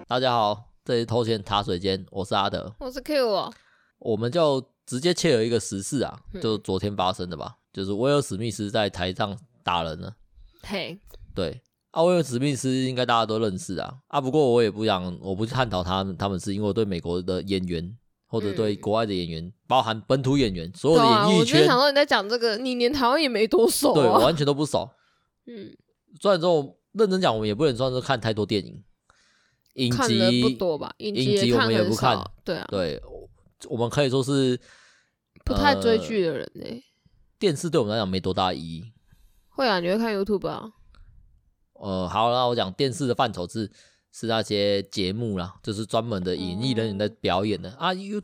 大家好，这里是偷闲茶水间，我是阿德， 我是 Q 哦。 我们就直接切了一个时事啊，就是昨天发生的吧，就是威尔史密斯在台上打人了。 嘿， 对啊，威尔史密斯应该大家都认识啊。不过我不去探讨他们是因为我对美国的演员或者对国外的演员，包含本土演员，所有的演艺圈， 我就想说你在讲这个，你连台湾也没多熟啊。 对，我完全都不熟。虽然说认真讲，我们也不能算是看太多电影。影集看的不多吧，影集我们也不看， 对啊， 对，我们可以说是不太追剧的人欸。 电视对我们来讲没多大意义。 会啊，你会看 YouTube 啊？ 好，那我讲电视的范畴是那些节目啦，就是专门的演艺人员在表演的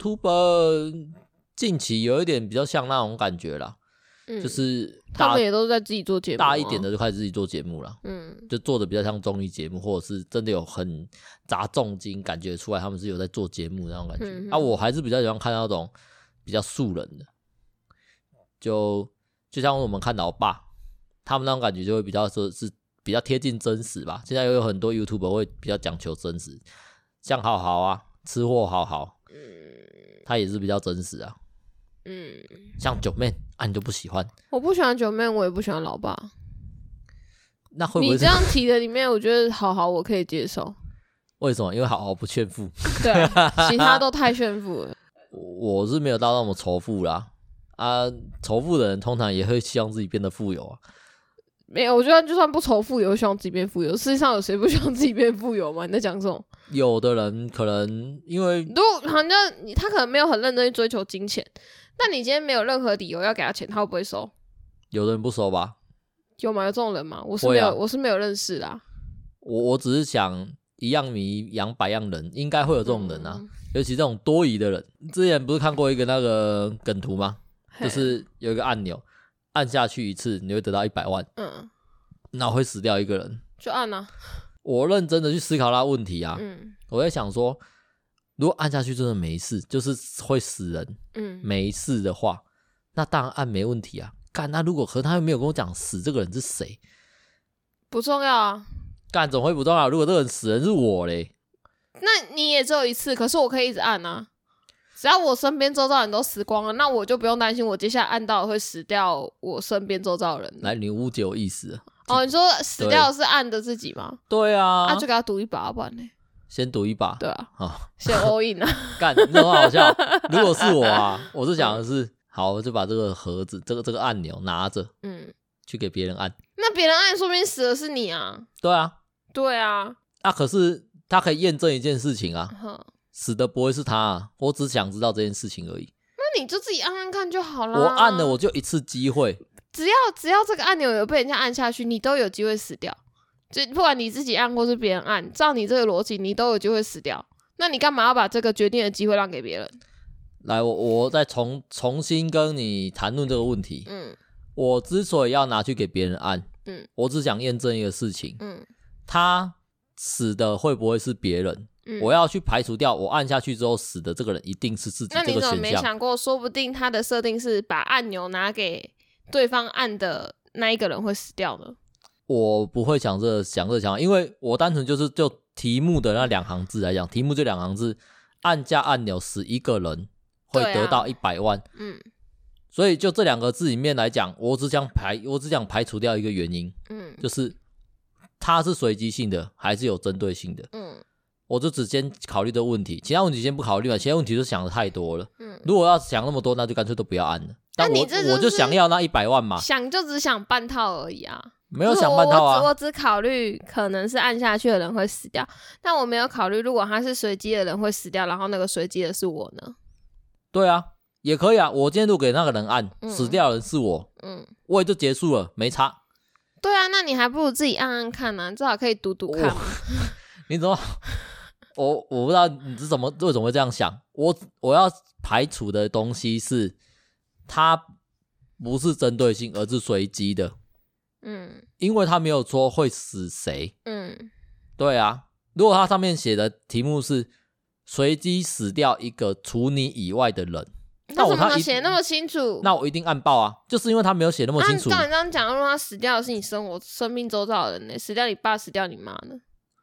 YouTube 近期有一点比较像那种感觉啦。就是他们也都在自己做节目， 大一点的就开始自己做节目了，就做的比较像综艺节目，或者是真的有很砸重金，感觉出来他们是有在做节目的那种感觉。我还是比较喜欢看那种比较素人的，就像我们看老爸，他们那种感觉就会比较说是比较贴近真实吧。现在有很多 YouTuber 会比较讲求真实，像好好啊，吃货好好，他也是比较真实啊。像九妹你就不喜欢？我不喜欢九妹，我也不喜欢老爸。 那会不会你这样提的里面，我觉得好好我可以接受。 为什么？因为好好不炫富。 对，其他都太炫富了。 我是没有到那么仇富啦。仇富的人通常也会希望自己变得富有啊。 没有，我觉得就算不仇富，也会希望自己变富有。世界上有谁不希望自己变富有吗？你在讲什么？ 有的人可能因为如果好像他可能没有很认真去追求金钱，但你今天没有任何理由要给他钱，他会不会收？ 有的人不收吧？ 有吗？有这种人吗？我是没有认识啦。 我只是想一样米养百样人，应该会有这种人啊。尤其这种多疑的人。之前不是看过一个那个梗图吗？就是有一个按钮，按下去一次你会得到100万，那会死掉一个人， 就按啊。 我认真的去思考他的问题啊。我在想说，如果按下去真的没事，就是会死人，没事的话，那当然按没问题啊。那如果他又没有跟我讲死这个人是谁， 不重要啊。 总会不重要。如果这个人死人是我嘞， 那你也只有一次，可是我可以一直按啊。只要我身边周遭人都死光了，那我就不用担心我接下来按到会死掉我身边周遭的人。 来，你误解我意思了。 你说死掉是按的自己吗？ 对啊。 就给他赌一把，不然呢？ 先赌一把。 对啊。先 all in 啊。 那很好笑。如果是我啊，我是想的是，好，我就把这个盒子，这个按钮拿着，去给别人按。 那别人按，说不定死的是你啊。 对啊。 对啊。 可是他可以验证一件事情啊。死的不会是他啊，我只想知道这件事情而已。 那你就自己按按看就好了。 我按了，我就一次机会。 只要这个按钮有被人家按下去，你都有机会死掉。就不管你自己按或是别人按，照你这个逻辑，你都有机会死掉。那你干嘛要把这个决定的机会让给别人？ 来，我再重新跟你谈论这个问题。我之所以要拿去给别人按，我只想验证一个事情。他死的会不会是别人？我要去排除掉我按下去之后死的这个人一定是自己这个选项。 那你怎么没想过，说不定他的设定是把按钮拿给对方按的那一个人会死掉呢？ 我不会想这想法，因为我单纯就题目的那2行字来讲，题目就2行字，按下按钮死一个人会得到100万。所以就这2个字里面来讲，我只想排除掉一个原因，就是它是随机性的还是有针对性的。我就只先考虑这个问题，其他问题先不考虑了，其他问题就想的太多了。如果要想那么多，那就干脆都不要按了。但我就想要那100万嘛， 想就只想半套而已啊， 没有想半套啊。 我只考虑可能是按下去的人会死掉，但我没有考虑如果他是随机的人会死掉，然后那个随机的是我呢？ 对啊，也可以啊。我今天如果给那个人按，死掉的人是我，我也就结束了，没差。 对啊，那你还不如自己按按看啊，至少可以赌赌看嘛。 你怎么？我不知道你是为什么会这样想。我要排除的东西是它不是针对性，而是随机的。因为他没有说会死谁。对啊，如果他上面写的题目是随机死掉一个除你以外的人， 那为什么写那么清楚？ 那我一定按爆啊！就是因为他没有写那么清楚。 照你这样讲，如果他死掉的是你生命周遭的人呢？死掉你爸，死掉你妈呢？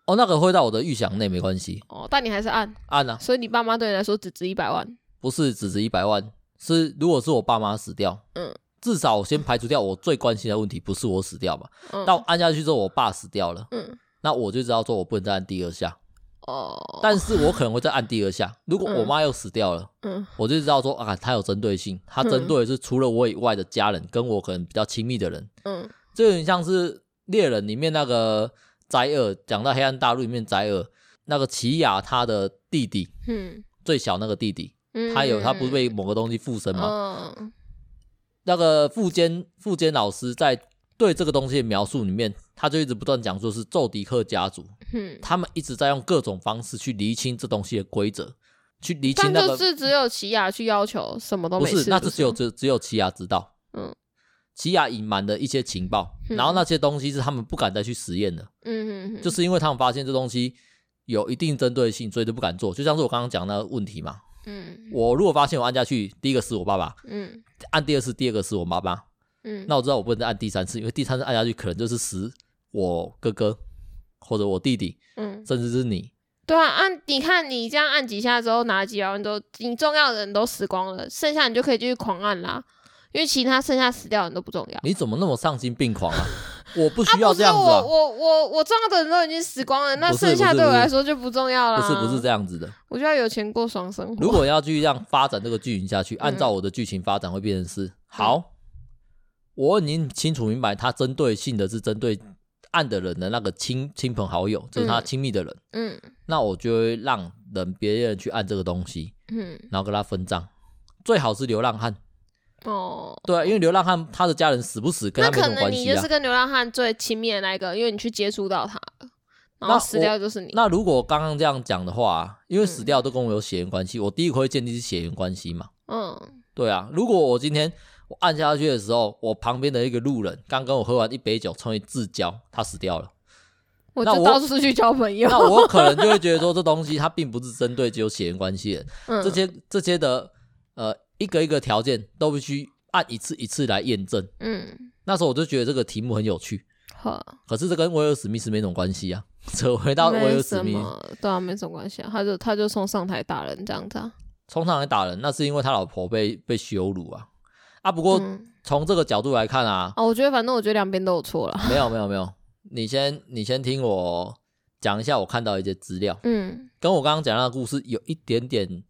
哦，那个会到我的预想内没关系。 哦，但你还是按啊， 所以你爸妈对你来说只值100万？ 不是只值100万，是如果是我爸妈死掉，至少我先排除掉我最关心的问题，不是我死掉嘛。但我按下去之后，我爸死掉了，那我就知道说我不能再按第2下。但是我可能会再按第2下。如果我妈又死掉了，我就知道说啊，她有针对性，她针对的是除了我以外的家人，跟我可能比较亲密的人。这有点像是猎人里面那个宰尔，讲到黑暗大陆里面宰尔那个奇亚他的弟弟，最小那个弟弟，他不是被某个东西附身吗？那个富坚老师在对这个东西的描述里面，他就一直不断讲说是宙迪克家族，他们一直在用各种方式去厘清这东西的规则，去厘清那个。 但就是只有奇亚去要求什么都没事， 不是，那是只有奇亚知道。奇亚隐瞒的一些情报，然后那些东西是他们不敢再去实验的。就是因为他们发现这东西有一定针对性，所以就不敢做。就像是我刚刚讲的那个问题嘛。我如果发现我按下去，第一个是我爸爸，按第2次，第2个是我妈妈，那我知道我不能再按第3次，因为第3次按下去可能就是死我哥哥或者我弟弟，甚至是你。 对啊，你看你这样按几下之后拿几百万你重要的人都死光了，剩下你就可以继续狂按啦，因为其他剩下死掉的人都不重要。 你怎么那么丧心病狂啊？我不需要这样子啊！ 我重要的人都已经死光了，那剩下对我来说就不重要啦。 不是这样子的。 我就要有钱过爽生活。 如果要继续这样发展这个剧情下去，按照我的剧情发展会变成是好，我已经清楚明白，他针对性的是针对按的人的那个亲朋好友，就是他亲密的人。那我就会让别人去按这个东西，然后跟他分账，最好是流浪汉。对啊，因为流浪汉他的家人死不死跟他没什么关系啊。那可能你就是跟流浪汉最亲密的那个，因为你去接触到他了，然后死掉就是你。 那如果刚刚这样讲的话，因为死掉都跟我有血缘关系，我第一个会建立是血缘关系嘛。对啊，如果我今天我按下去的时候，我旁边的一个路人刚跟我喝完1杯酒，成为至交，他死掉了， 我就到处去交朋友。 那我可能就会觉得说，这东西它并不是针对只有血缘关系的，这些的一个一个条件都必须按一次一次来验证。那时候我就觉得这个题目很有趣。可是这跟威尔史密斯没什么关系啊，扯回到威尔史密斯， 对啊，没什么关系啊，他就冲上台打人这样子啊。 冲上来打人，那是因为他老婆被羞辱啊。不过从这个角度来看啊， 我觉得两边都有错了。 没有，你先听我讲一下我看到一些资料，跟我刚刚讲的故事有一点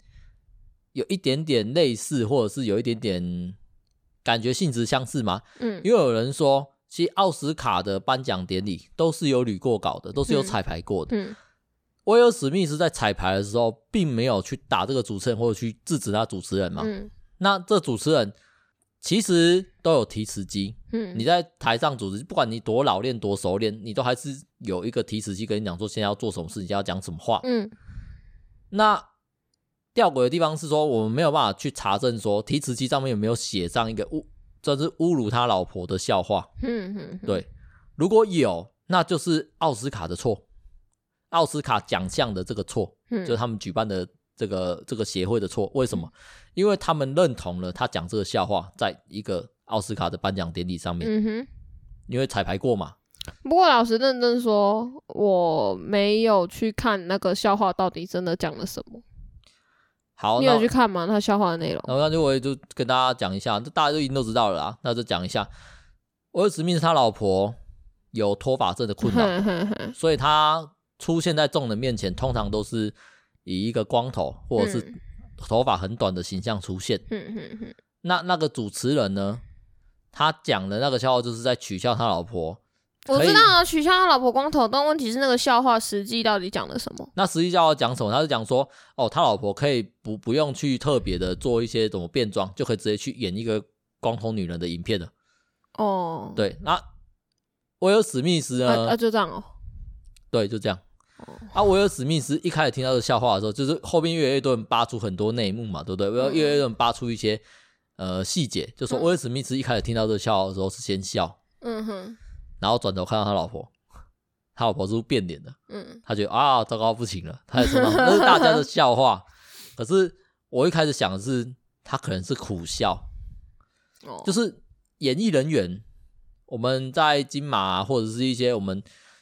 点类似，或者是有一点点感觉性质相似嘛。因为有人说，其实奥斯卡的颁奖典礼都是有捋过稿的，都是有彩排过的。威尔史密斯在彩排的时候，并没有去打这个主持人或者去制止他主持人嘛。那这主持人其实都有提词机。你在台上主持，不管你多老练多熟练，你都还是有一个提词机跟你讲说现在要做什么事情，要讲什么话。那吊诡的地方是说，我们没有办法去查证说提词机上面有没有写上一个这是侮辱他老婆的笑话。对，如果有，那就是奥斯卡的错，奥斯卡奖项的这个错，就是他们举办的这个协会的错。为什么？因为他们认同了他讲这个笑话在一个奥斯卡的颁奖典礼上面。因为彩排过嘛。 不过老实认真说，我没有去看那个笑话到底真的讲了什么。 好， 你有去看吗？他笑话的内容？ 然后那就我也就跟大家讲一下，这大家就已经都知道了啦。那就讲一下，威尔史密斯他老婆有脱发症的困扰，所以他出现在众人面前，通常都是以一个光头或者是头发很短的形象出现。那个主持人呢，他讲的那个笑话就是在取笑他老婆。 我知道啊，取笑他老婆光头，但问题是那个笑话实际到底讲了什么？ 那实际笑话讲什么？他是讲说，他老婆可以不用去特别的做一些怎么变装，就可以直接去演一个光头女人的影片了。对，那威尔史密斯呢？ 就这样哦。 对，就这样。威尔史密斯一开始听到这个笑话的时候，就是后面越来越多人扒出很多内幕嘛，对不对？越来越多人扒出一些细节，就说威尔史密斯一开始听到这个笑话的时候是先笑。然后转头看到他老婆是不是变脸了？他觉得糟糕不行了，他也说那是大家的笑话。可是我一开始想的是，他可能是苦笑。就是演艺人员，我们在金马或者是一些我们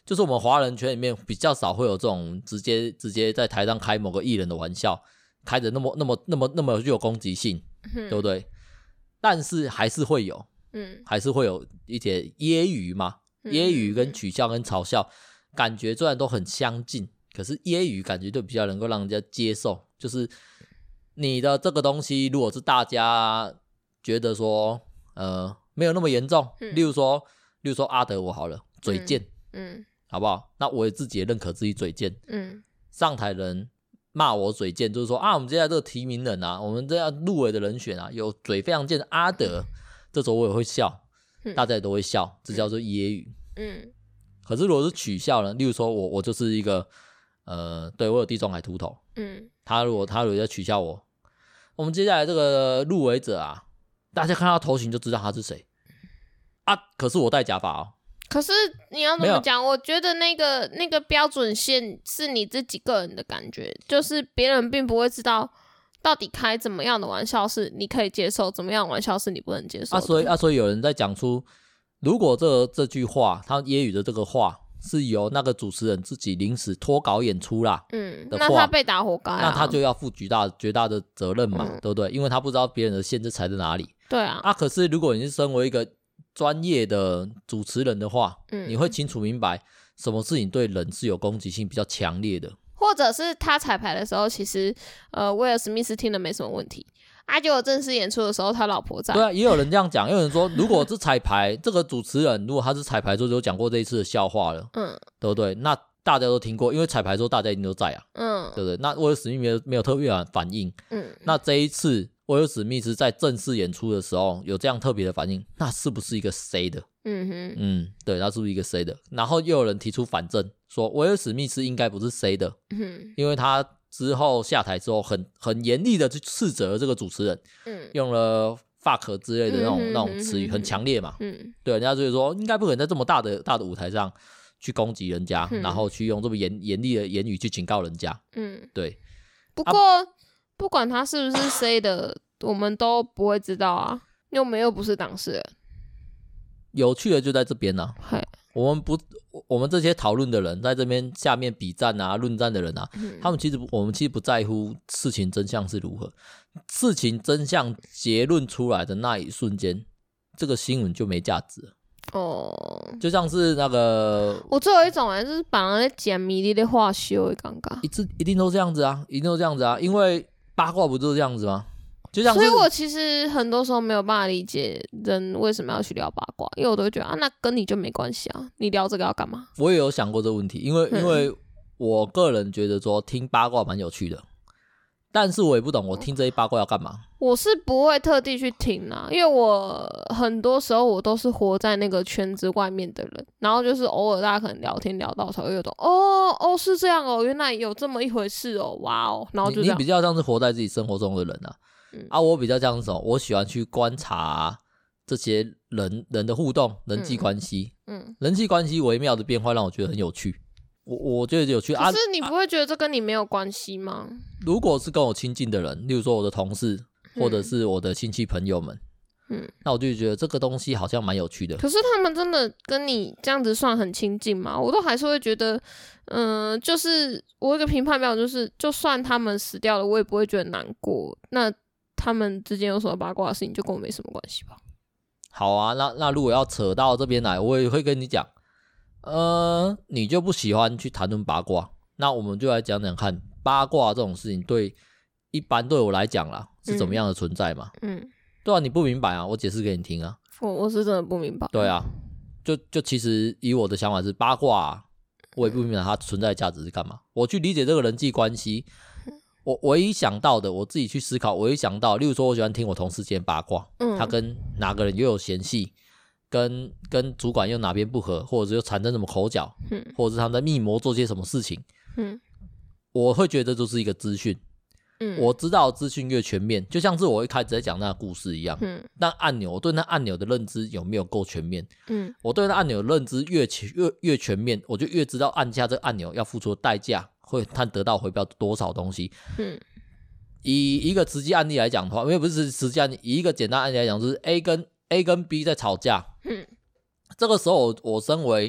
就是我们华人圈里面比较少会有这种直接在台上开某个艺人的玩笑，开的那么具有攻击性，对不对？但是还是会有，还是会有一些揶揄嘛，揶揄跟取笑跟嘲笑，感觉虽然都很相近，可是揶揄感觉就比较能够让人家接受，就是你的这个东西，如果是大家觉得说，没有那么严重，例如说阿德我好了，嘴贱，好不好？那我也自己也认可自己嘴贱，上台人骂我嘴贱，就是说啊，我们接下来这个提名人啊，我们这样入围的人选啊，有嘴非常贱的阿德，这时候我也会笑，大家也都会笑，这叫做揶揄。可是如果是取笑呢，例如说我就是一个对，我有地中海秃头，他如果在取笑我们接下来这个入围者啊，大家看到头型就知道他是谁啊，可是我戴假发哦。 可是你要怎么讲？我觉得那个标准线是你自己个人的感觉，就是别人并不会知道到底开怎么样的玩笑是你可以接受，怎么样的玩笑是你不能接受的。 所以有人在讲出，如果这句话，他揶揄的这个话是由那个主持人自己临时脱稿演出啦， 那他被打活该啊， 那他就要负绝大的责任嘛，对不对？因为他不知道别人的限制踩在哪里。 对啊。 可是如果你是身为一个专业的主持人的话，你会清楚明白什么事情对人是有攻击性比较强烈的， 或者是他彩排的时候，其实威尔史密斯听了没什么问题，结果正式演出的时候他老婆在。 对啊，也有人这样讲，也有人说如果是彩排这个主持人如果他是彩排之后就讲过这一次的笑话了，对不对？那大家都听过，因为彩排之后大家一定都在啊，对不对？那威尔史密斯没有特别反应，那这一次威尔史密斯在正式演出的时候有这样特别的反应，那是不是一个 C 的？对，那是不是一个 C 的？然后又有人提出反证，说威尔史密斯应该不是 C 的，因为他之后下台之后很严厉的去斥责了这个主持人，用了 fuck 之类的那种词语，很强烈嘛，对，人家就说应该不可能在这么大的舞台上去攻击人家，然后去用这么严厉的言语去警告人家，对。 不过不管他是不是 C 的，我们都不会知道啊，因为我们又不是当事人。 有趣的就在这边啊，我们这些讨论的人，在这边下面比战啊、论战的人啊，我们其实不在乎事情真相是如何，事情真相结论出来的那一瞬间，这个新闻就没价值了。就像是那个， 我最后一种就是把人在讲迷离的话修的尴尬， 一定都这样子啊，一定都这样子啊，因为八卦不就是这样子吗？就像是， 所以我其实很多时候没有办法理解人为什么要去聊八卦，因为我都会觉得那跟你就没关系啊，你聊这个要干嘛？ 我也有想过这个问题，因为我个人觉得说听八卦蛮有趣的，但是我也不懂我听这些八卦要干嘛。 我是不会特地去听啊，因为我很多时候我都是活在那个圈子外面的人，然后就是偶尔大家可能聊天聊到才会有种哦是这样哦，原来有这么一回事哦，哇哦，然后就这样。 你比较像是活在自己生活中的人啊，我比较像是什么？我喜欢去观察这些人的互动、人际关系，人际关系微妙的变化让我觉得很有趣。我觉得有趣啊。 可是你不会觉得这跟你没有关系吗？ 如果是跟我亲近的人，例如说我的同事，或者是我的亲戚朋友们，那我就觉得这个东西好像蛮有趣的。 可是他们真的跟你这样子算很亲近吗？我都还是会觉得，就是我有一个评判标准，就是就算他们死掉了，我也不会觉得难过。那他们之间有什么八卦的事情，就跟我没什么关系吧。 好啊，那如果要扯到这边来，我也会跟你讲，你就不喜欢去谈论八卦，那我们就来讲讲看，八卦这种事情一般对我来讲啦是怎么样的存在嘛。对啊，你不明白啊，我解释给你听啊。 我是真的不明白。 对啊，就其实以我的想法是八卦我也不明白它存在的价值是干嘛。我去理解这个人际关系，我唯一想到的，我自己去思考，唯一想到，例如说我喜欢听我同事间八卦，他跟哪个人又有嫌隙，跟主管又哪边不合，或者是又产生什么口角，或者是他们在密谋做些什么事情，我会觉得这就是一个资讯。我知道资讯越全面，就像是我一开始在讲那个故事一样，但我对那按钮的认知有没有够全面？我对那按钮的认知越全面，我就越知道按下这个按钮要付出的代价会他得到回报多少东西。以一个实际案例来讲的话，因为不是实际案例，以一个简单案例来讲，就是 A 跟 B 在吵架。这个时候我身为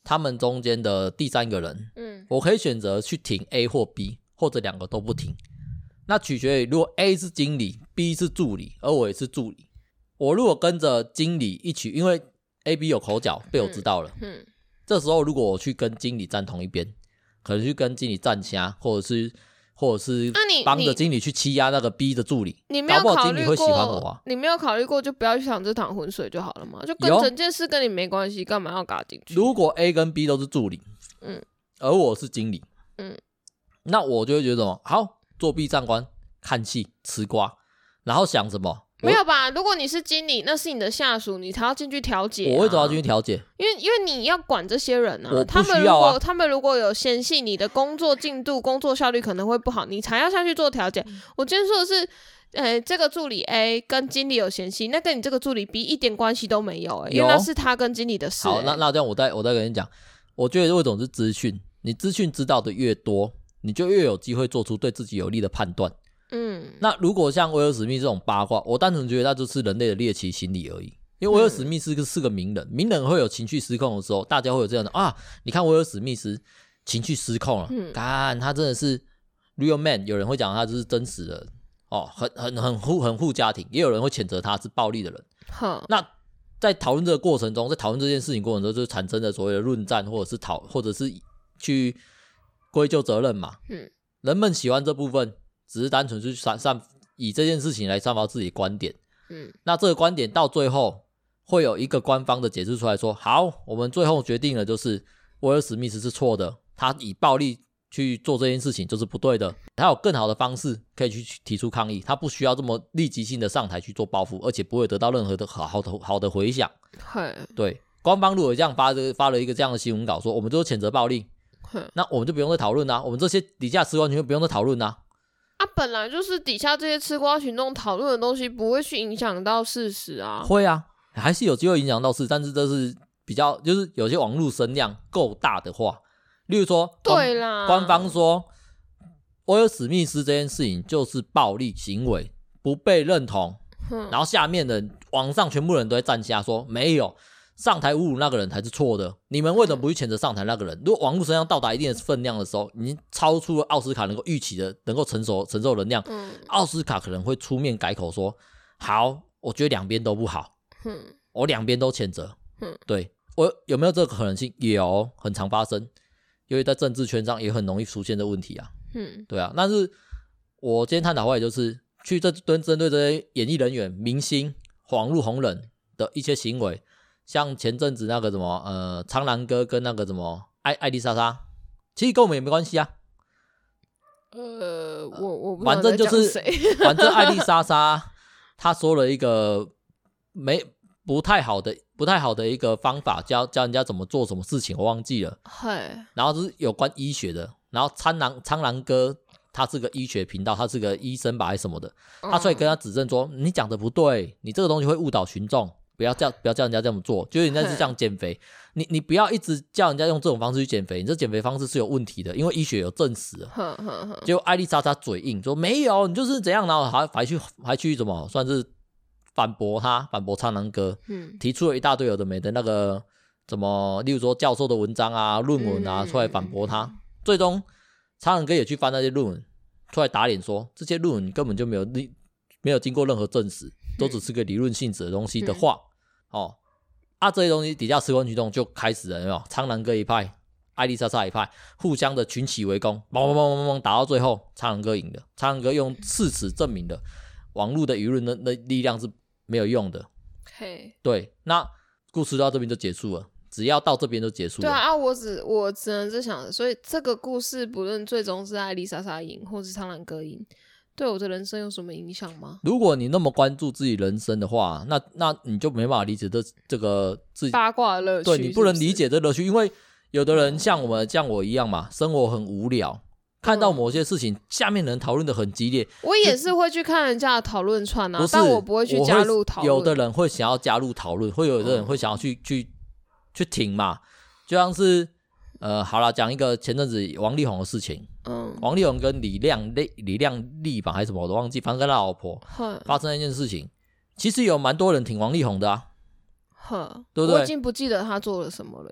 他们中间的第三个人，我可以选择去挺 A 或 B， 或者两个都不挺。那取决于如果 A 是经理 B 是助理，而我也是助理，我如果跟着经理一起，因为 A、B 有口角被我知道了，这时候如果我去跟经理站同一边，可能去跟经理站下，或者是帮着经理去欺压那个 B 的助理， 你没有搞不好经理会喜欢我啊。 你没有考虑过就不要去淌这趟浑水就好了嘛，就跟整件事跟你没关系，干嘛要嘎进去？ 如果 A 跟 B 都是助理，而我是经理，那我就会觉得什么？好，作弊上官，看戏吃瓜，然后想什么？ 没有吧？如果你是经理，那是你的下属，你才要进去调解。 我为什么要进去调解？ 因为你要管这些人啊。 我不需要啊。 他们如果有嫌隙，你的工作进度、工作效率可能会不好，你才要下去做调解。我今天说的是，这个助理 A 跟经理有嫌隙，那跟你这个助理 B 一点关系都没有，因为那是他跟经理的事。 好，那这样我再跟你讲，我觉得为什么是资讯？你资讯知道的越多，你就越有机会做出对自己有利的判断。那如果像威尔史密斯这种八卦，我单纯觉得那就是人类的猎奇心理而已。因为威尔史密斯是个名人，名人会有情绪失控的时候，大家会有这样的啊，你看威尔史密斯情绪失控了，干他真的是 real man， 有人会讲他就是真实的哦，很护家庭，也有人会谴责他是暴力的人。那在讨论这个过程中，在讨论这件事情过程中，就产生了所谓的论战，或者是去归咎责任嘛。人们喜欢这部分。只是单纯去以这件事情来散发自己的观点，那这个观点到最后会有一个官方的解释出来说，好，我们最后决定了就是威尔史密斯是错的，他以暴力去做这件事情就是不对的，他有更好的方式可以去提出抗议，他不需要这么立即性的上台去做报复，而且不会得到任何的好的回响。对，官方如果这样发了一个这样的新闻稿说我们就是谴责暴力，那我们就不用再讨论啦，我们这些底下吃瓜群众不用再讨论啦。 本来就是底下这些吃瓜群众讨论的东西不会去影响到事实啊。 会啊，还是有机会影响到事，但是这是比较就是有些网络声量够大的话，例如说对啦， 官方说威尔史密斯这件事情就是暴力行为不被认同，然后下面的网上全部人都在站下说没有，上台侮辱那个人才是错的，你们为什么不去谴责上台那个人？如果网络声量到达一定的分量的时候，已经超出了奥斯卡能够预期的能够承受能量，奥斯卡可能会出面改口说好，我觉得两边都不好，我两边都谴责。对，我有没有这个可能性？有，很常发生，因为在政治圈上也很容易出现这问题啊。对啊，但是我今天探讨会就是去针对这些演艺人员、明星、网络红人的一些行为。像前阵子那个什么苍兰哥跟那个什么艾丽莎莎，其实跟我们也没关系啊。 我不知道反正就是反正艾丽莎莎她说了一个不太好的一个方法，教人家怎么做什么事情，我忘记了。然后就是有关医学的，然后苍兰哥他是个医学频道，他是个医生吧还是什么的，他出来跟他指正说你讲的不对，你这个东西会误导群众。不要叫人家这么做，就是人家是这样减肥，你不要一直叫人家用这种方式去减肥，你这减肥方式是有问题的，因为医学有证实了。结果艾丽莎莎嘴硬说没有，你就是怎样，然后还去怎么算是反驳苍兰哥，提出了一大堆有的没的那个怎么，例如说教授的文章啊、论文啊出来反驳他，最终苍兰哥也去翻那些论文出来打脸说这些论文根本就没有经过任何证实，都只是个理论性质的东西的话，这些东西底下吃瓜群众就开始了，有没有？苍兰哥一派，艾丽莎莎一派，互相的群起围攻，打到最后，苍兰哥赢了。苍兰哥用事实证明了网络的舆论的力量是没有用的。对，那故事到这边就结束了，只要到这边就结束了。 对啊，我只能是想，所以这个故事不论最终是艾丽莎莎赢，或是苍兰哥赢。对我的人生有什么影响吗？如果你那么关注自己人生的话，那你就没办法理解这个自己八卦的乐趣。 对，你不能理解这乐趣，因为有的人像我一样嘛，生活很无聊，看到某些事情，下面人讨论的很激烈， 我也是会去看人家的讨论串啊，但我不会去加入讨论。 有的人会想要加入讨论，会有的人会想要去挺嘛，就像是好啦，讲一个前阵子王力宏的事情。王力宏跟李亮丽吧还是什么我都忘记，反正跟他老婆发生了一件事情，其实有蛮多人挺王力宏的啊，对不对？ 我已经不记得他做了什么了耶。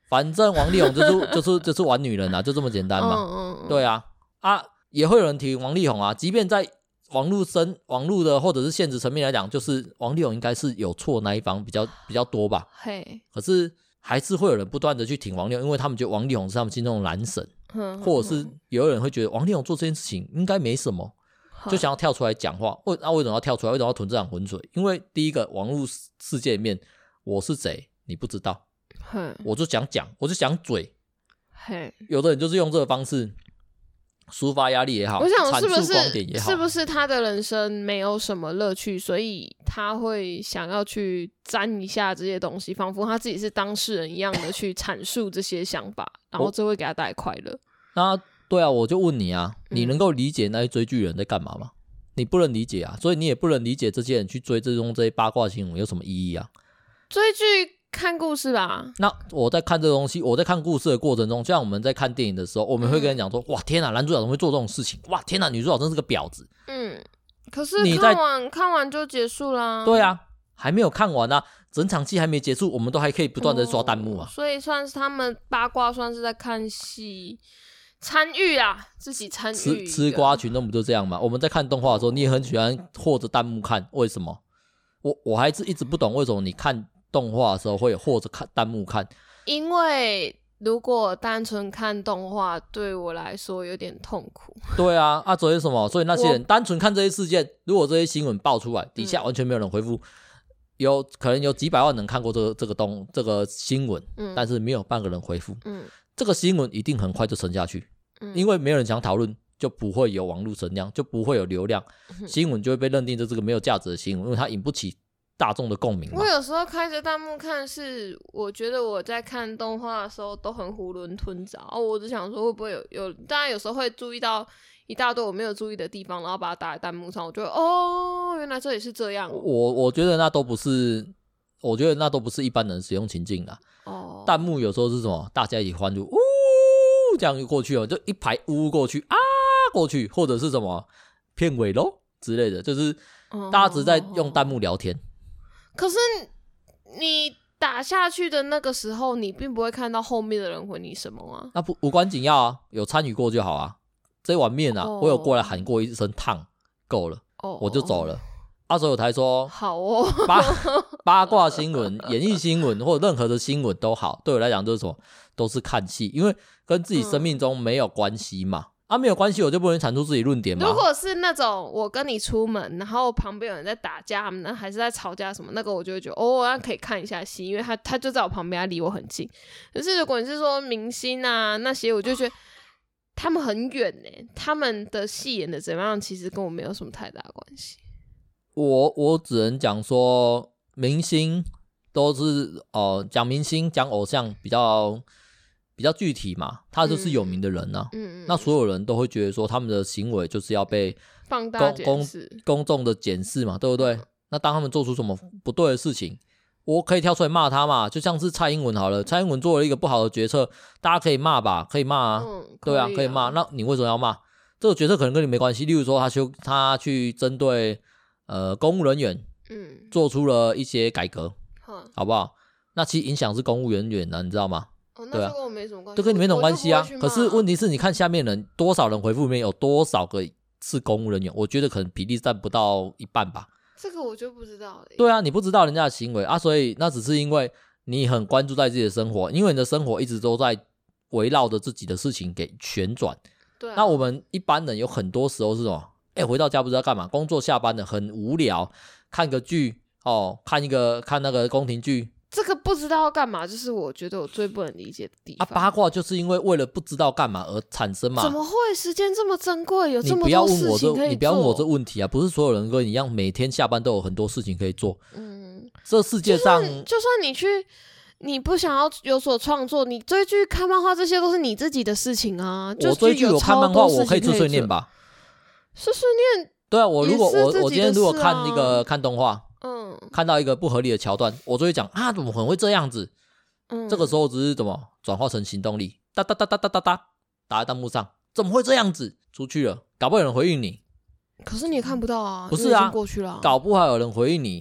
反正王力宏就是玩女人啊，就这么简单嘛。对啊，也会有人提王力宏啊，即便在网络的或者是现实层面来讲，就是王力宏应该是有错那一方比较多吧。可是还是会有人不断的去挺王力宏，因为他们觉得王力宏是他们心中的男神，或者是有人会觉得王力宏做这件事情应该没什么，就想要跳出来讲话。为什么要跳出来？为什么要囤这场浑水？因为第一个，网络世界里面我是谁你不知道，我就想讲，我就想嘴。有的人就是用这个方式抒发压力也好， 我想阐述观点也好， 是不是他的人生没有什么乐趣，所以他会想要去沾一下这些东西，仿佛他自己是当事人一样的去阐述这些想法，然后这会给他带来快乐。 对啊，我就问你啊，你能够理解那些追剧人在干嘛吗？你不能理解啊，所以你也不能理解这些人去追这些八卦新闻有什么意义啊？ 追剧看故事吧。 那我在看这个东西，我在看故事的过程中，就像我们在看电影的时候，我们会跟人讲说，哇天哪，男主角怎么会做这种事情？哇天哪，女主角真是个婊子。 可是看完就结束啦。 对啊，还没有看完啊，整场戏还没结束，我们都还可以不断的刷弹幕啊。 所以算是他们八卦，算是在看戏。参与啊，自己参与。 吃瓜群众不就这样吗？我们在看动画的时候，你也很喜欢和着弹幕看，为什么？我还是一直不懂为什么你看动画的时候会有或者看弹幕看。 因为如果单纯看动画，对我来说有点痛苦。 对啊，所以什么？所以那些人单纯看这些事件，如果这些新闻爆出来，底下完全没有人回复，可能有几百万人看过这个新闻，但是没有半个人回复。这个新闻一定很快就沉下去，因为没有人想讨论，就不会有网络声量，就不会有流量，新闻就会被认定这是个没有价值的新闻，因为它引不起大众的共鸣嘛。 我有时候开着弹幕看，是我觉得我在看动画的时候都很囫囵吞枣，我只想说会不会有大家有时候会注意到一大堆我没有注意的地方，然后把它打在弹幕上，我就原来这也是这样。 我觉得那都不是，一般人使用情境啦。弹幕有时候是什么？大家一起欢呼，呜，这样就过去了，就一排呜过去啊，过去，或者是什么片尾咯之类的，就是大家只是在用弹幕聊天。 可是你打下去的那个时候，你并不会看到后面的人回你什么啊？ 那无关紧要啊，有参与过就好啊。这碗面啊，我有过来喊过一声烫，够了，我就走了。所以我才说好八卦新闻、演艺新闻或者任何的新闻都好，对我来讲都是什么？都是看戏，因为跟自己生命中没有关系嘛。没有关系，我就不能产出自己论点嘛。 如果是那种我跟你出门，然后旁边有人在打架，他们还是在吵架什么，那个我就会觉得那可以看一下戏，因为他就在我旁边，他离我很近。可是如果你是说明星啊那些，我就觉得他们很远他们的戏演的怎么样，其实跟我没有什么太大关系。 我只能讲说，明星都是讲明星讲偶像比较具体嘛，他就是有名的人啊。那所有人都会觉得说他们的行为就是要被放大检视， 公众的检视嘛，对不对？那当他们做出什么不对的事情，我可以跳出来骂他嘛，就像是蔡英文好了，蔡英文做了一个不好的决策，大家可以骂吧，可以骂啊，对啊，可以骂。那你为什么要骂？这个决策可能跟你没关系，例如说他去针对公务人员做出了一些改革，好不好？那其实影响是公务人员的，你知道吗？ 对啊，跟我没什么关系， 就跟你没什么关系啊。可是问题是，你看下面人多少人回复里面有多少个是公务人员？我觉得可能比例占不到一半吧。 这个我就不知道对啊，你不知道人家的行为所以那只是因为你很关注在自己的生活，因为你的生活一直都在围绕着自己的事情给旋转。 对那我们一般人有很多时候是什么？回到家不知道干嘛，工作下班了很无聊，看个剧看那个宫廷剧。 这个不知道要干嘛，就是我觉得我最不能理解的地方。 八卦就是因为为了不知道干嘛而产生嘛。 怎么会？时间这么珍贵，有这么多事情可以做。 你不要问我这问题啊！不是所有人跟你一样，每天下班都有很多事情可以做。这世界上， 就算你不想要有所创作，你追剧、看漫画，这些都是你自己的事情啊。 我追剧、我看漫画，我可以碎碎念吧？ 碎碎念。 对啊，我今天如果看动画。看到一个不合理的桥段，我就会讲怎么可能会这样子？这个时候只是怎么转化成行动力，打在弹幕上，怎么会这样子？出去了，搞不好有人回应你， 可是你也看不到啊。 不是啊， 过去了， 搞不好有人回应你，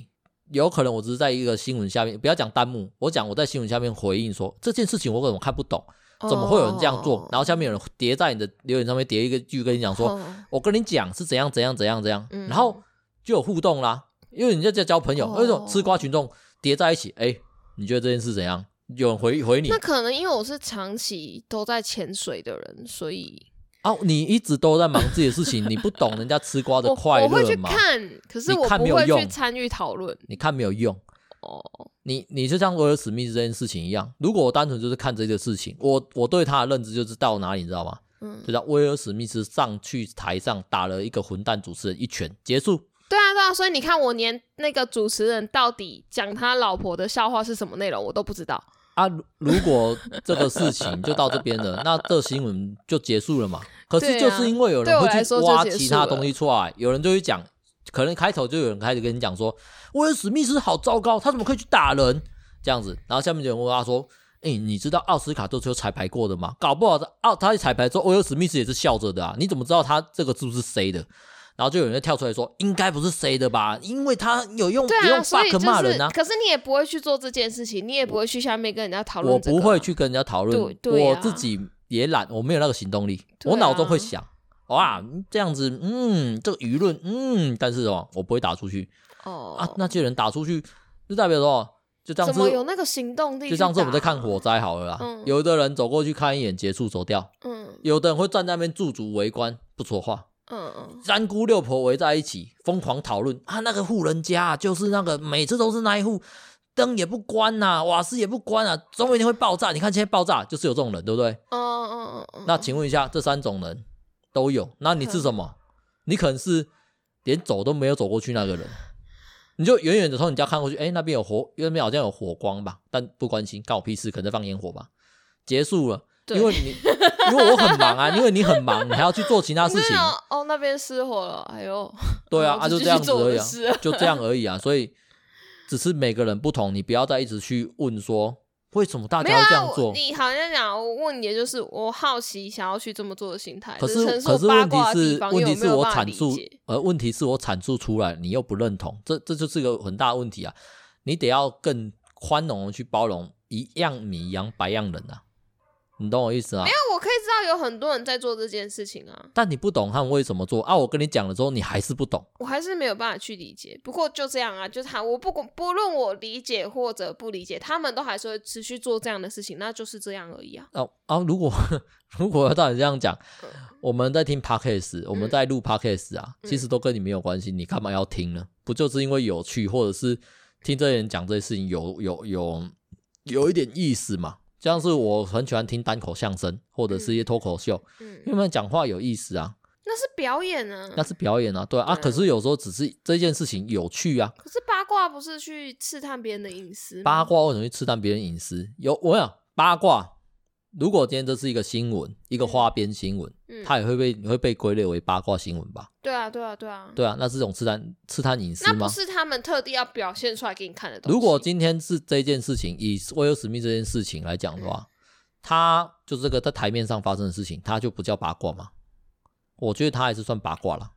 有可能我只是在一个新闻下面，不要讲弹幕，我讲我在新闻下面回应说这件事情我怎么看不懂，怎么会有人这样做，然后下面有人叠在你的留言上面叠一个句跟你讲说我跟你讲是怎样怎样怎样怎样，然后就有互动啦，因为你在交朋友，那种吃瓜群众叠在一起，你觉得这件事怎样？有人回你。 那可能因为我是长期都在潜水的人，所以你一直都在忙自己的事情，你不懂人家吃瓜的快乐吗？ 我会去看，可是我不会去参与讨论。 你看没有用。你就像威尔史密斯这件事情一样，如果我单纯就是看这个事情，我对他的认知就是到哪里，你知道吗？就像威尔史密斯上去台上打了一个混蛋主持人一拳，结束。 对啊，所以你看我连那个主持人到底讲他老婆的笑话是什么内容我都不知道如果这个事情就到这边了，那这新闻就结束了嘛。可是就是因为有人会去挖其他东西出来，有人就会讲，可能开头就有人开始跟你讲说威尔史密斯好糟糕，他怎么可以去打人这样子，然后下面有人问他说你知道奥斯卡都是有彩排过的吗？搞不好他彩排之后威尔史密斯也是笑着的啊，你怎么知道他这个是不是 C 的？然后就有人跳出来说应该不是 C 的吧，因为他有用 fuck 骂人啊。 可是你也不会去做这件事情，你也不会去下面跟人家讨论这个。 我不会去跟人家讨论，我自己也懒，我没有那个行动力。我脑中会想哇这样子这个舆论但是我不会打出去那些人打出去就代表说就这样子怎么有那个行动力？ 就像是我们在看火灾好了啦，有的人走过去看一眼结束走掉，有的人会站在那边驻足围观不说话，三姑六婆围在一起疯狂讨论那个户人家就是那个每次都是那一户灯也不关瓦斯也不关总有一天会爆炸，你看现在爆炸就是有这种人对不对？那请问一下这3种人都有，那你是什么？你可能是连走都没有走过去那个人，你就远远的从你家看过去那边有那边好像有火光吧，但不关心，干我屁事，可能在放烟火吧，结束了。因为我很忙因为你很忙，你还要去做其他事情。 那边失火了，哎呦。 对就这样子而已就这样而已所以只是每个人不同，你不要再一直去问说为什么大家会这样做。 你好像讲我问你的就是我好奇想要去这么做的心态。 可是问题是我阐述问题是我阐述出来你又不认同，这就是个很大的问题你得要更宽容的去包容一样米养百样人你懂我意思吗？ 没有，我可以知道有很多人在做这件事情但你不懂他们为什么做我跟你讲了之后你还是不懂， 我还是没有办法去理解。不过就这样就是我不论我理解或者不理解，他们都还是会持续做这样的事情，那就是这样而已如果要照你这样讲我们在听 podcast 我们在录 podcast 其实都跟你没有关系，你干嘛要听呢？不就是因为有趣，或者是听这些人讲这些事情有一点意思嘛？像是我很喜欢听单口相声或者是一些脱口秀，因为他们讲话有意思那是表演那是表演对可是有时候只是这件事情有趣可是八卦不是去刺探别人的隐私吗？ 八卦为什么去刺探别人隐私？我想八卦如果今天这是一个新闻，一个花边新闻它也会被归类为八卦新闻吧？对啊，那是种刺探隐私吗？ 那不是他们特地要表现出来给你看的东西。 如果今天是这件事情，以威尔史密斯这件事情来讲的话他就这个在台面上发生的事情他就不叫八卦吗？我觉得他还是算八卦啦。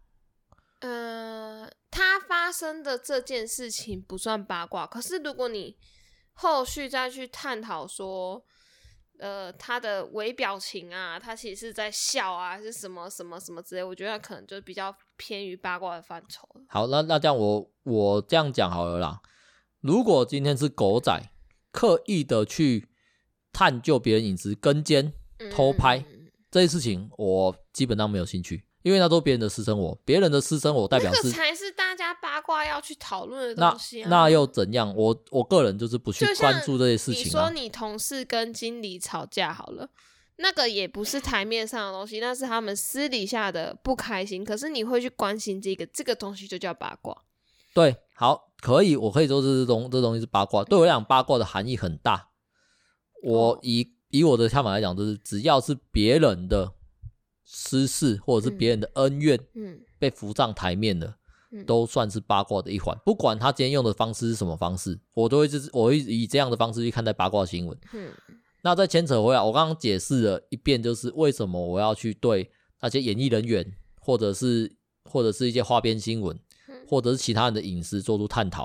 他发生的这件事情不算八卦，可是如果你后续再去探讨说他的微表情他其实是在笑还是什么什么什么之类，我觉得他可能就比较偏于八卦的范畴。 好，那这样我这样讲好了啦。如果今天是狗仔刻意的去探究别人隐私、跟监、偷拍这些事情，我基本上没有兴趣，因为那都是别人的私生活，别人的私生活代表是那个才是大家八卦要去讨论的东西那又怎样？我个人就是不去关注这些事情。 你说你同事跟经理吵架好了，那个也不是台面上的东西，那是他们私底下的不开心，可是你会去关心这个东西就叫八卦。 对，好，可以，我可以说这东西是八卦。对我来讲，八卦的含义很大。我以我的看法来讲，就是只要是别人的私事或者是别人的恩怨被浮上台面的都算是八卦的一环，不管他今天用的方式是什么方式，我会以这样的方式去看待八卦新闻。那再牵扯回来，我刚刚解释了一遍，就是为什么我要去对那些演艺人员或者是一些花边新闻或者是其他人的隐私做出探讨，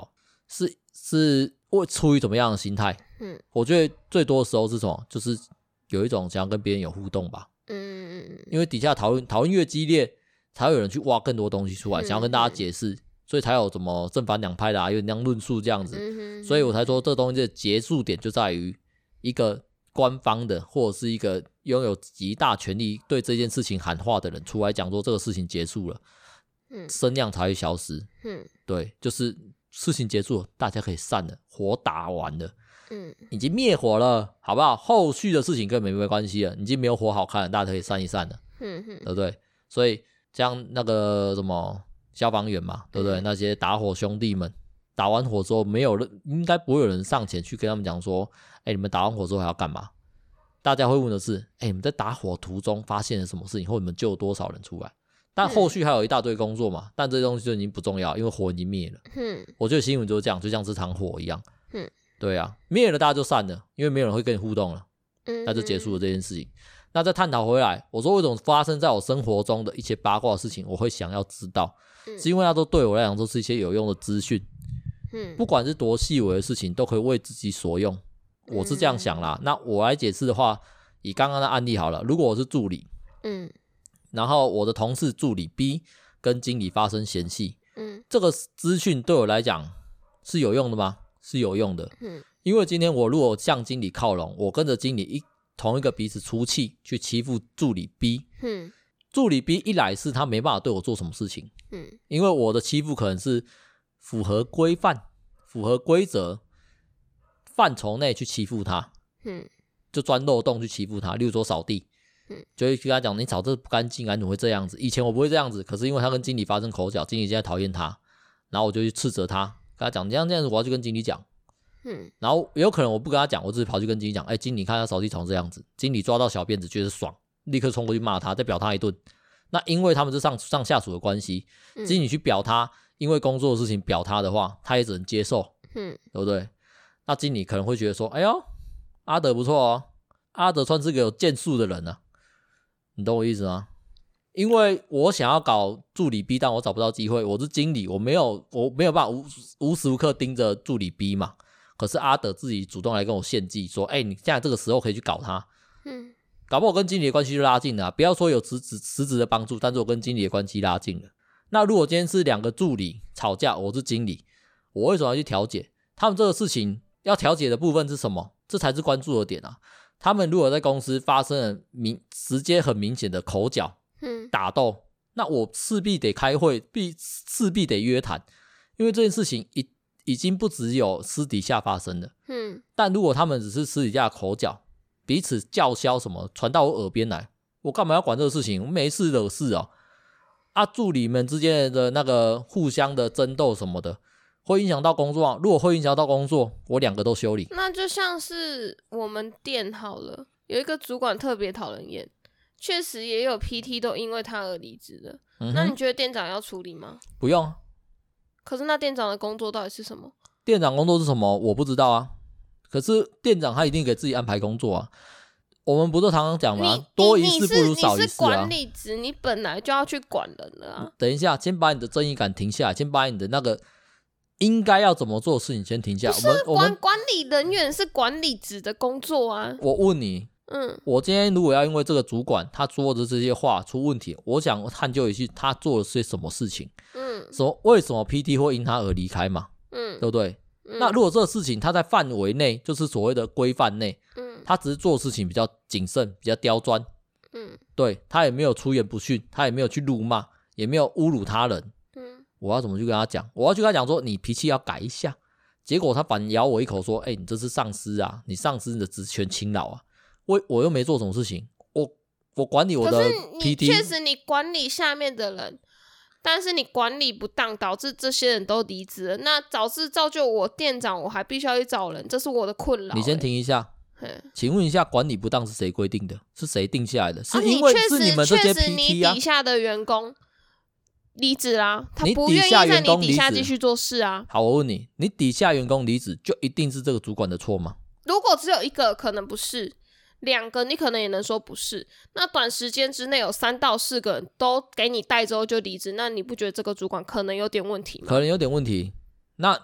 是会出于怎么样的心态？我觉得最多的时候是什么？就是有一种想要跟别人有互动吧。因为底下讨论越激烈，才会有人去挖更多东西出来，想要跟大家解释，所以才有什么正反两派的有点像论述这样子。所以我才说这东西的结束点就在于一个官方的或者是一个拥有极大权力对这件事情喊话的人出来讲说这个事情结束了，声量才会消失。对，就是事情结束了，大家可以散了，火打完了。已经灭火了，好不好？后续的事情根本没关系了，已经没有火好看了，大家可以散一散了。对不对？所以像那个什么消防员嘛，对不对？那些打火兄弟们打完火之后，应该不会有人上前去跟他们讲说，你们打完火之后还要干嘛？大家会问的是，你们在打火途中发现了什么事情，或你们救了多少人出来？但后续还有一大堆工作嘛，但这些东西就已经不重要，因为火已经灭了。我觉得新闻就是这样，就像这场火一样。对啊，灭了大家就散了，因为没有人会跟你互动了，那就结束了这件事情。那再探讨回来，我说为什么发生在我生活中的一些八卦的事情我会想要知道，是因为它都对我来讲都是一些有用的资讯。不管是多细微的事情都可以为自己所用，我是这样想啦。那我来解释的话，以刚刚的案例好了，如果我是助理，然后我的同事助理 B 跟经理发生嫌隙，这个资讯对我来讲是有用的吗？是有用的。因为今天我如果向经理靠拢，我跟着经理同一个彼此出气去欺负助理 B，助理 B 一来是他没办法对我做什么事情，因为我的欺负可能是符合规范符合规则范畴内去欺负他，就钻漏洞去欺负他，例如说扫地，就会跟他讲你扫这不干净啊，你怎么会这样子？以前我不会这样子，可是因为他跟经理发生口角，经理现在讨厌他，然后我就去斥责他，跟他讲这样子我要去跟经理讲，然后有可能我不跟他讲，我自己跑去跟经理讲，经理看他扫地成这样子，经理抓到小辫子觉得爽，立刻冲过去骂他，再表他一顿。那因为他们是上下属的关系，经理去表他，因为工作的事情表他的话，他也只能接受，对不对？那经理可能会觉得说，哎呦，阿德不错哦，阿德算是个有建树的人啊，你懂我意思吗？因为我想要搞助理 B， 但我找不到机会，我是经理，我没有办法无时无刻盯着助理 B 嘛。可是阿德自己主动来跟我献计说，你现在这个时候可以去搞他，搞不好我跟经理的关系就拉近了啊，不要说有实质的帮助，但是我跟经理的关系拉近了。那如果今天是两个助理吵架，我是经理，我为什么要去调解？他们这个事情要调解的部分是什么？这才是关注的点啊。他们如果在公司发生了直接很明显的口角，打斗，那我势必得开会，势必得约谈，因为这件事情已经不只有私底下发生了，但如果他们只是私底下的口角，彼此叫嚣什么传到我耳边来，我干嘛要管这个事情？我没事惹事哦。助理们之间的那个互相的争斗什么的，会影响到工作啊。如果会影响到工作，我两个都修理。 那就像是我们店好了，有一个主管特别讨人厌，确实也有 PT 都因为他而离职的。那你觉得店长要处理吗？ 不用。 可是那店长的工作到底是什么？ 店长工作是什么？我不知道啊。可是店长他一定给自己安排工作啊。我们不是常常讲吗？多一事不如少一事啊。 你是管理职，你本来就要去管人了啊。 等一下，先把你的正义感停下来，先把你的那个应该要怎么做的事情先停下来。 不是管理人员是管理职的工作啊。 我问你，我今天如果要因为这个主管他说的这些话出问题，我想探究一下他做了些什么事情，为什么 PT 会因他而离开嘛，对不对？那如果这个事情他在范围内，就是所谓的规范内，他只是做事情比较谨慎，比较刁钻，对，他也没有出言不逊，他也没有去辱骂，也没有侮辱他人，我要怎么去跟他讲？我要去跟他讲说你脾气要改一下，结果他反咬我一口说，你这是上司啊，你上司的职权侵扰啊，我又没做什么事情，我管理我的 PT， 可是确实你管理下面的人，但是你管理不当，导致这些人都离职了，那造就我店长我还必须要去找人，这是我的困扰。 你先停一下，请问一下，管理不当是谁规定的？是谁定下来的？是因为是你们这些 PT 啊？确实你底下的员工离职啦，他不愿意在你底下继续做事啊。 好，我问你，你底下员工离职就一定是这个主管的错吗？ 如果只有一个，可能不是。2个你可能也能说不是，那短时间之内有3到4个人都给你带之后就离职，那你不觉得这个主管可能有点问题吗？ 可能有点问题。那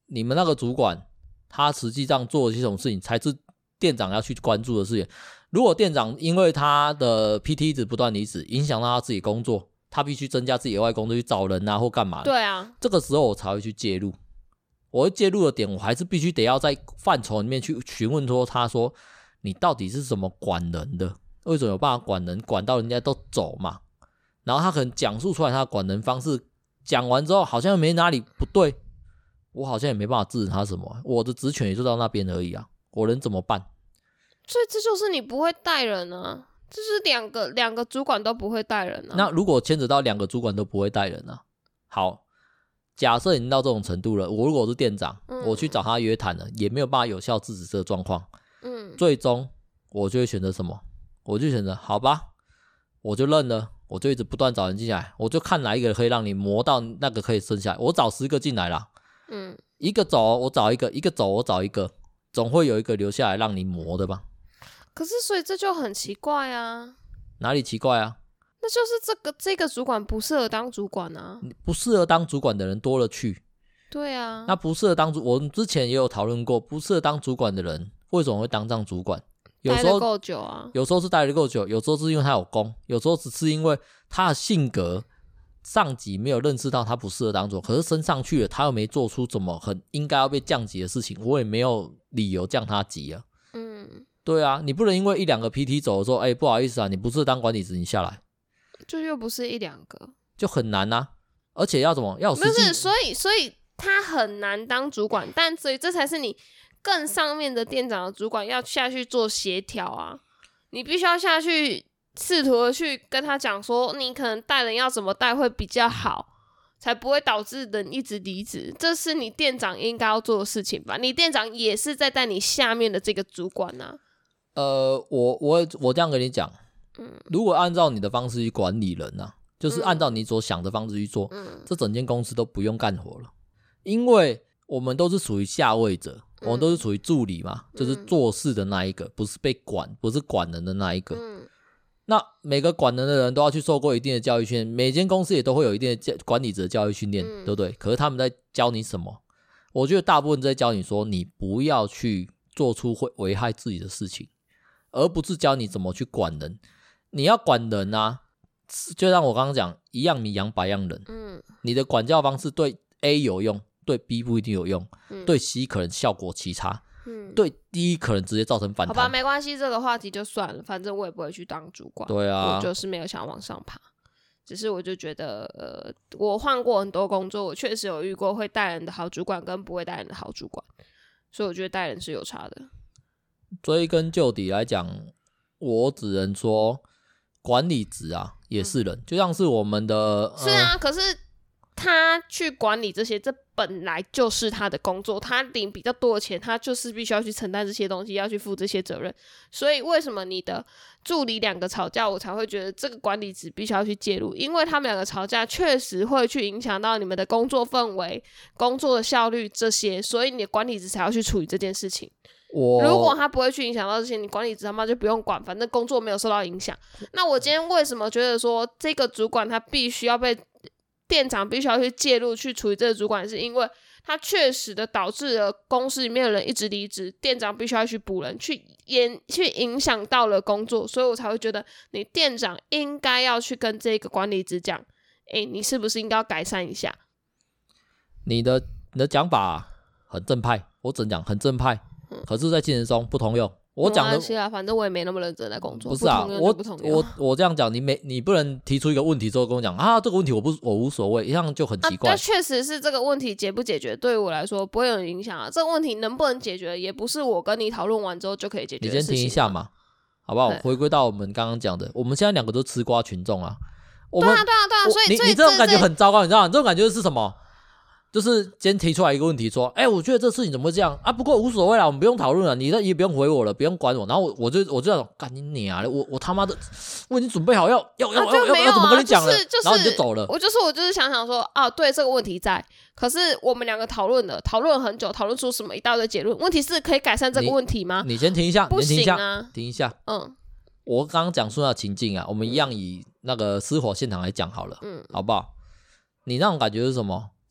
你们那个主管他实际上做的这种事情才是店长要去关注的事情。如果店长因为他的 PT 一直不断离职，影响到他自己工作，他必须增加自己额外工作去找人啊或干嘛的， 对啊， 这个时候我才会去介入。我会介入的点，我还是必须得要在范畴里面去询问他说你到底是怎么管人的，为什么有办法管人，管到人家都走嘛。然后他可能讲述出来他的管人方式，讲完之后好像没哪里不对，我好像也没办法制止他什么，我的职权也就到那边而已啊，我能怎么办？ 所以这就是你不会带人啊，这是两个主管都不会带人啊。 那如果牵扯到2个主管都不会带人啊，好，假设已经到这种程度了，我如果是店长，我去找他约谈了，也没有办法有效制止这个状况，最终我就会选择什么？我就选择好吧，我就认了，我就一直不断找人进来，我就看哪一个可以让你磨到那个可以剩下来，我找10个进来啦，一个走我找一个，一个走我找一个，总会有一个留下来让你磨的吧。 可是所以这就很奇怪啊。 哪里奇怪啊？ 那就是这个主管不适合当主管啊。 不适合当主管的人多了去。 对啊。 那不适合当我们之前也有讨论过，不适合当主管的人为什么会当上主管？有时候待得够久啊， 有时候是待得够久，有时候是因为他有功，有时候只是因为他的性格，上级没有认识到他不适合当主管，可是升上去了，他又没做出怎么很应该要被降级的事情，我也没有理由降他级啊。对啊，你不能因为1-2个 PT 走的时候，不好意思啊，你不适合当管理职，你下来， 就又不是1-2个， 就很难啊。而且要怎么要有实际， 不是，所以他很难当主管，但所以这才是你更上面的店长的主管要下去做协调啊。你必须要下去试图的去跟他讲说，你可能带人要怎么带会比较好，才不会导致人一直离职，这是你店长应该要做的事情吧？你店长也是在带你下面的这个主管啊。 我这样跟你讲，如果按照你的方式去管理人啊，就是按照你所想的方式去做，这整间公司都不用干活了，因为我们都是属于下位者，我们都是属于助理嘛，就是做事的那一个，不是被管，不是管人的那一个。那每个管人的人都要去受过一定的教育训练，每间公司也都会有一定的管理者教育训练，对不对？可是他们在教你什么？我觉得大部分在教你说，你不要去做出会危害自己的事情，而不是教你怎么去管人。你要管人啊，就像我刚刚讲，一样米养百样人。你的管教方式对 A 有用，对 B 不一定有用，对 C 可能效果奇差，对 D 可能直接造成反弹。 好吧，没关系，这个话题就算了，反正我也不会去当主管。 对啊， 我就是没有想往上爬，只是我就觉得我换过很多工作，我确实有遇过会带人的好主管跟不会带人的好主管，所以我觉得带人是有差的。 追根究底来讲，我只能说管理职啊也是人，就像是我们的是啊，可是他去管理这些，这本来就是他的工作，他领比较多的钱，他就是必须要去承担这些东西，要去负这些责任。所以为什么你的助理2个吵架，我才会觉得这个管理职必须要去介入，因为他们2个吵架确实会去影响到你们的工作氛围、工作的效率这些，所以你的管理职才要去处理这件事情。如果他不会去影响到这些，你管理职他妈就不用管，反正工作没有受到影响。那我今天为什么觉得说这个主管他必须要被店长必须要去介入去处理这个主管，是因为他确实的导致了公司里面的人一直离职，店长必须要去补人，去影响到了工作，所以我才会觉得你店长应该要去跟这个管理职讲，你是不是应该要改善一下？ 你的讲法很正派，我只能讲很正派，可是在精神中不通用。我讲的没关系啊，反正我也没那么认真在工作。 不是啊，我这样讲，你不能提出一个问题之后跟我讲啊，这个问题我无所谓，这样就很奇怪。 但确实是这个问题解不解决，对于我来说不会有影响啊。这个问题能不能解决，也不是我跟你讨论完之后就可以解决的事情。 你先停一下嘛，好不好？回归到我们刚刚讲的，我们现在2个都吃瓜群众啊。 对啊，所以你这种感觉很糟糕，你知道吗？这种感觉是什么？就是今天提出来一个问题说，我觉得这事情怎么会这样啊？不过无所谓啦，我们不用讨论了，你也不用回我了，不用管我。然后我就这种干你娘的，我他妈的，我已经准备好要怎么跟你讲了，然后你就走了。 我就是想说啊，对这个问题在，可是我们2个讨论很久，讨论出什么一大堆结论。问题是可以改善这个问题吗？ 你先停一下， 不行啊， 停一下。我刚刚讲述的情境啊，我们一样以那个失火现场来讲好了，好不好？你那种感觉是什么？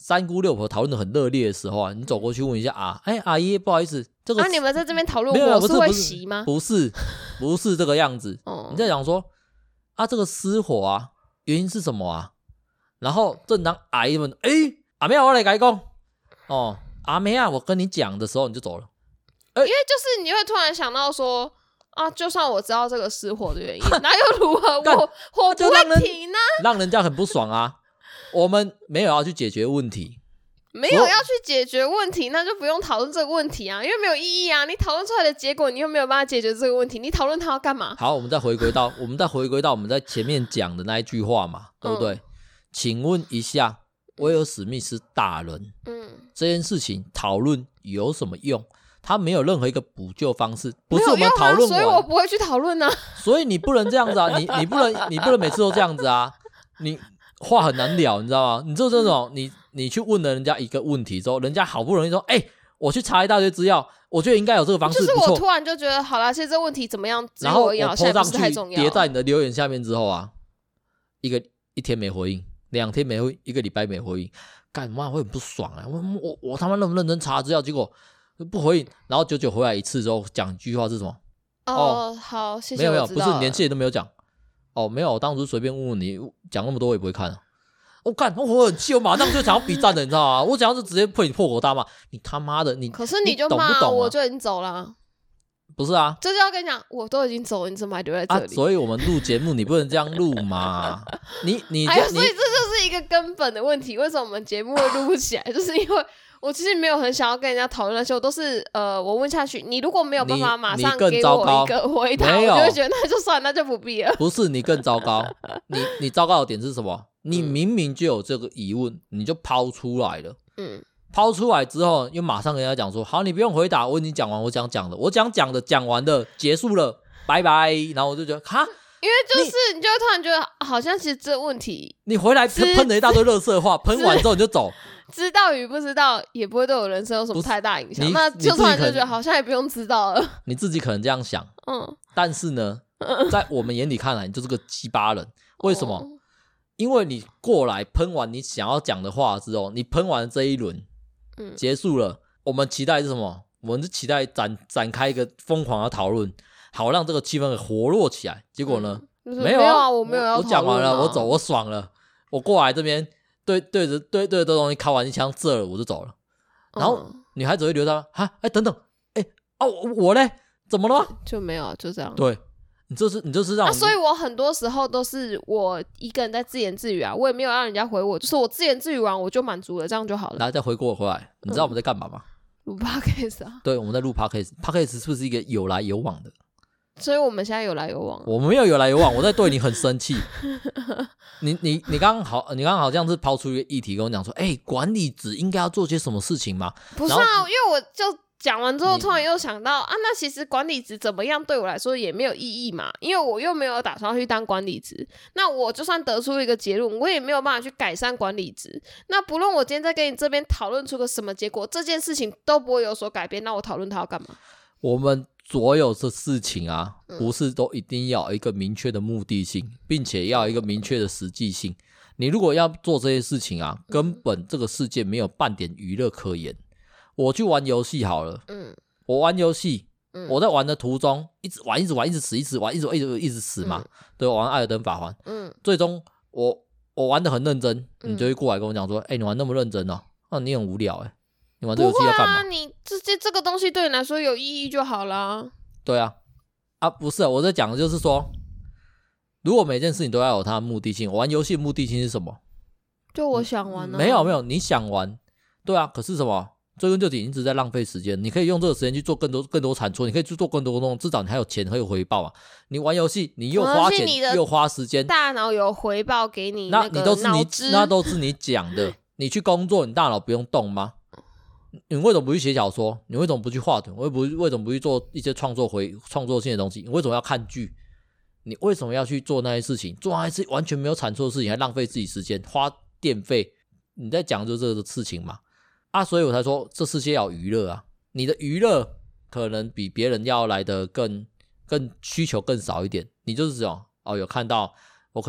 三姑六婆讨论的很热烈的时候啊，你走过去问一下啊，阿姨不好意思，这个你们在这边讨论我是会洗吗？ 不是这个样子。你在讲说这个失火啊，原因是什么啊？然后正当阿姨们阿妹我来跟你讲阿妹我跟你讲的时候你就走了。 因为就是你会突然想到说就算我知道这个失火的原因，那又如何？火不会停呢？ 让人家很不爽啊！我们没有要去解决问题， 没有要去解决问题，那就不用讨论这个问题啊，因为没有意义啊！你讨论出来的结果，你又没有办法解决这个问题，你讨论它要干嘛？ 好，我们再回归到我们在前面讲的那一句话嘛，对不对？请问一下，威尔史密斯大人，这件事情讨论有什么用？他没有任何一个补救方式，不是我们讨论完， 所以我不会去讨论啊。 所以你不能这样子啊，你不能每次都这样子啊，你话很难聊，你知道吗？你就这种，你去问了人家一个问题之后，人家好不容易说，我去查一大堆资料，我觉得应该有这个方式， 就是我突然就觉得，好啦，其实这问题怎么样， 然后我抛上去， 叠在你的留言下面之后啊，一天没回应，2天没回应，1个礼拜没回应，干嘛会很不爽啊？我他妈认不认真查资料，结果不回应，然后久久回来一次之后讲一句话是什么？ 好，谢谢。 没有，不是连谢都没有讲。没有，我当初随便问问你，讲那么多我也不会看啊。我很气，我马上就想要比战的，你知道吗？我想要是直接被你破口大骂，你他妈的你！ 可是你就骂懂不懂我就已经走了。 不是啊， 就是要跟你讲，我都已经走了，你怎么还留在这里？ 所以我们录节目你不能这样录嘛。所以这就是一个根本的问题，为什么我们节目会录不起来？就是因为我其实没有很想要跟人家讨论那些，我都是我问下去，你如果没有办法马上给我一个回答，我就会觉得那就算，那就不必了。 不是你更糟糕，你糟糕的点是什么？你明明就有这个疑问，你就抛出来了。抛出来之后，又马上跟人家讲说，好，你不用回答，我已经讲完我想讲的，我讲的讲完了，结束了，拜拜。然后我就觉得因为就是你就会突然觉得好像其实这问题你回来喷了一大堆垃圾话，喷完之后你就走， 知道与不知道也不会对我人生有什么太大影响，那就突然就觉得好像也不用知道了。 你自己可能这样想，但是呢，在我们眼里看来你就是个鸡巴人。为什么？因为你过来喷完你想要讲的话之后，你喷完这一轮结束了，我们期待是什么？我们是期待展开一个疯狂的讨论，好让这个气氛活络起来。结果呢，没有啊， 我没有要讨论啊， 我讲完了，我走，我爽了，我过来这边对着这东西开完一枪射了，我就走了。然后女孩子会留到等等，我嘞怎么了吗？ 就没有啊，就这样。 对，你就是让所以我很多时候都是我一个人在自言自语啊，我也没有让人家回我，就是我自言自语完我就满足了，这样就好了。 然后再回来，你知道我们在干嘛吗？ 录 podcast 啊。 对，我们在录 podcast 是不是一个有来有往的？ 所以我们现在有来有往。 我们没有来有往，我在对你很生气。你刚好这样子抛出一个议题跟我讲说，管理职应该要做些什么事情嘛？ 不是啊，因为我就讲完之后突然又想到那其实管理职怎么样对我来说也没有意义嘛，因为我又没有打算去当管理职，那我就算得出一个结论，我也没有办法去改善管理职，那不论我今天在跟你这边讨论出个什么结果，这件事情都不会有所改变，那我讨论它要干嘛？ 我们所有的事情啊，不是都一定要有一个明确的目的性，并且要有一个明确的实际性。你如果要做这些事情啊，根本这个世界没有半点娱乐可言。我去玩游戏好了，我玩游戏，我在玩的途中一直玩，一直死，一直死嘛。对，我玩艾尔登法环，最终我玩得很认真，你就会过来跟我讲说，你玩那么认真哦，你很无聊你玩这游戏要干嘛？ 不会啊，你这个东西对你来说有意义就好啦。 对啊，不是我在讲的就是说，如果每件事情都要有它的目的性，我玩游戏的目的性是什么？ 就我想玩啊。 没有，你想玩，对啊，可是什么？追根究底，一直在浪费时间。你可以用这个时间去做更多产出，你可以去做更多的东西，至少你还有钱，还有回报啊。你玩游戏，你又花钱又花时间， 大脑有回报给你那个脑汁， 那都是你讲的。你去工作，你大脑不用动吗？你为什么不去写小说？你为什么不去画图？为什么不去做一些创作性的东西？你为什么要看剧？你为什么要去做那些事情？做那些完全没有产出的事情，还浪费自己时间，花电费？你在讲就是这个事情嘛？所以我才说这世界要娱乐啊！你的娱乐可能比别人要来的更需求更少一点。你就是这种有看到我可能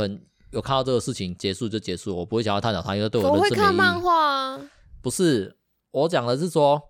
有看到这个事情结束就结束，我不会想要探讨它，因为对我人生没意义。 我会看漫画啊。 不是，我讲的是说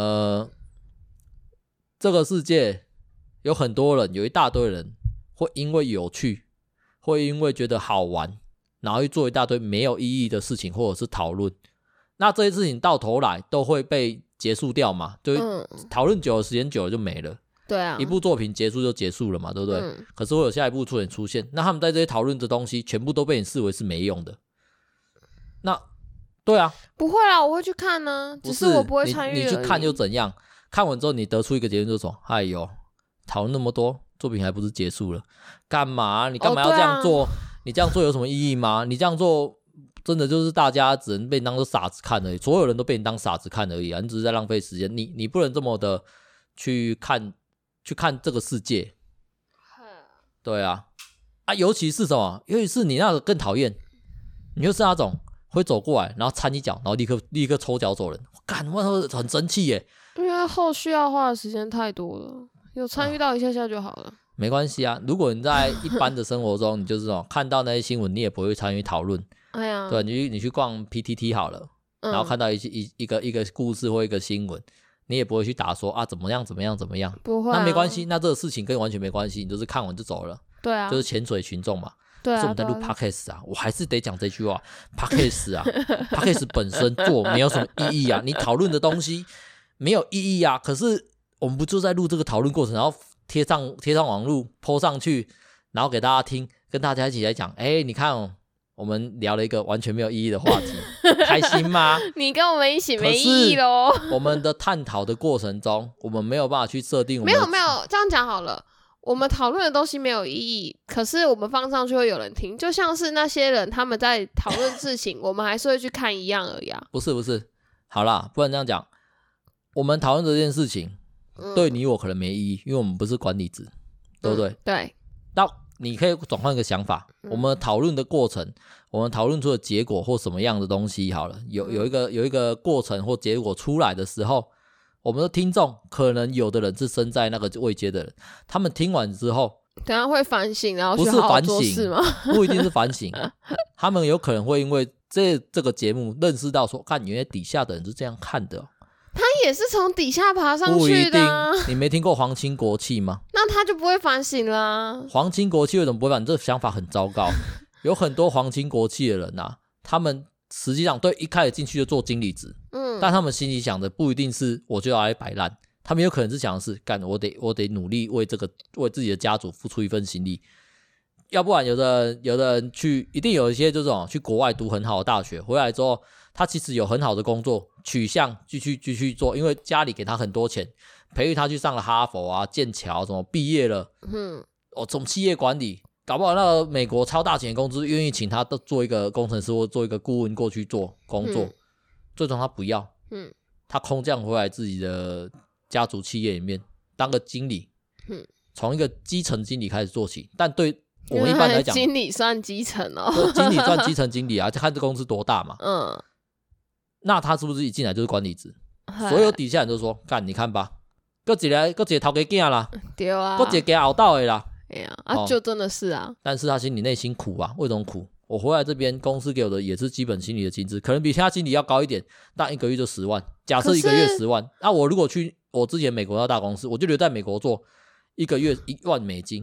这个世界有很多人，有一大堆人会因为有趣，会因为觉得好玩，然后去做一大堆没有意义的事情或者是讨论，那这些事情到头来都会被结束掉嘛，就讨论久了，时间久了就没了。 对啊， 一部作品结束就结束了嘛，对不对？可是会有下一部作品出现，那他们在这些讨论的东西全部都被你视为是没用的。那对啊， 不会啦，我会去看呢，只是我不会参与而已。 你去看又怎样？看完之后你得出一个结论就是说，哎呦，讨论那么多，作品还不是结束了？干嘛？你干嘛要这样做？你这样做有什么意义吗？你这样做真的就是大家只能被你当作傻子看而已，所有人都被你当傻子看而已啊！你只是在浪费时间，你不能这么的去看这个世界。对啊，尤其是什么？尤其是你那个更讨厌，你就是那种会走过来，然后掺一脚，然后立刻抽脚走人，干，我很生气耶！ 因为后续要花的时间太多了，有参与到一下下就好了。 没关系啊，如果你在一般的生活中，你就是看到那些新闻，你也不会参与讨论。 哎呀， 对，你去逛 PTT 好了，然后看到一个故事或一个新闻，你也不会去打说啊怎么样， 不会、啊， 那没关系，那这个事情跟你完全没关系，你就是看完就走了。 对啊， 就是潜水群众嘛。 对啊， 是我们在录 podcast 啊，我还是得讲这句话 podcast 啊podcast 本身做没有什么意义啊，你讨论的东西没有意义啊，可是我们不就在录这个讨论过程，然后贴上网路 po 上去，然后给大家听，跟大家一起来讲，你看我们聊了一个完全没有意义的话题开心吗？ 你跟我们一起没意义咯。 我们的探讨的过程中，我们没有办法去设定我们没有这样讲好了，我们讨论的东西没有意义，可是我们放上去会有人听，就像是那些人他们在讨论事情我们还是会去看一样而已啊。 不是，好啦，不然这样讲，我们讨论这件事情对你我可能没意义，因为我们不是管理职，对不对？ 对。 那你可以转换一个想法，我们讨论的过程，我们讨论出的结果或什么样的东西好了，有一个过程或结果出来的时候，我们的听众可能有的人是身在那个位阶的人，他们听完之后等下会反省，然后去好好做事吗？ 不一定是反省他们有可能会因为这个节目认识到说，看原来底下的人是这样看的， 他也是从底下爬上去的啊。 不一定，你没听过皇亲国戚吗？ 那他就不会反省啦。 皇亲国戚为什么不会反省？这个想法很糟糕有很多皇亲国戚的人啊，他们实际上对一开始进去就做经理职，但他们心里想的不一定是我就要来摆烂，他们有可能是想的是干我得努力为自己的家族付出一份心力，要不然有的人一定有一些就是去国外读很好的大学，回来之后他其实有很好的工作取向继续做，因为家里给他很多钱，培育他去上了哈佛啊、剑桥什么，毕业了，从企业管理，搞不好那个美国超大钱的公司愿意请他做一个工程师或做一个顾问过去做工作，最终他不要，他空降回来自己的家族企业里面当个经理，从一个基层经理开始做起，但对我们一般来讲， 经理算基层哦， 经理算基层经理啊，就看这公司多大嘛，那他是不是一进来就是管理职？所有底下人都说，干你看吧，各一个头家囝啦， 对啊， 各一个后倒的啦， 哎呀，就真的是啊， 但是他心里内心苦啊，为什么苦？我回来这边公司给我的也是基本心理的薪资，可能比其他经理要高一点，但一个月就10万，假设一个月10万，那我如果去我之前美国那大公司，我就留在美国做，一个月1万美金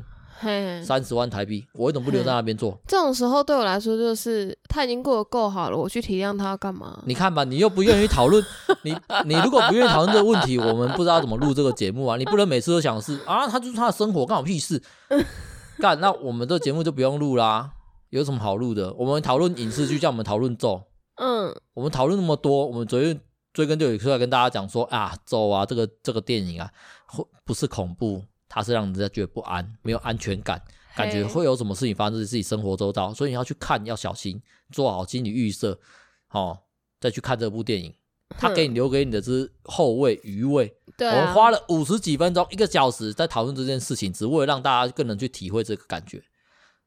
，30万台币，我为什么不留在那边做？ 这种时候对我来说就是他已经过得够好了，我去体谅他要干嘛？ 你看吧，你又不愿意讨论，你如果不愿意讨论这个问题，我们不知道怎么录这个节目啊！你不能每次都想的是啊，他就是他的生活，干我屁事？干，那我们这节目就不用录啦，有什么好录的？我们讨论影视剧，叫我们讨论咒，我们讨论那么多，我们追根究底出来跟大家讲说啊，咒啊，这个电影啊，不是恐怖。它是让人家觉得不安，没有安全感，感觉会有什么事情发生在自己生活周遭，所以你要去看，要小心，做好心理预设，再去看这部电影。他留给你的是后味余味。 对啊， 我们花了50几分钟1个小时在讨论这件事情，只为了让大家更能去体会这个感觉。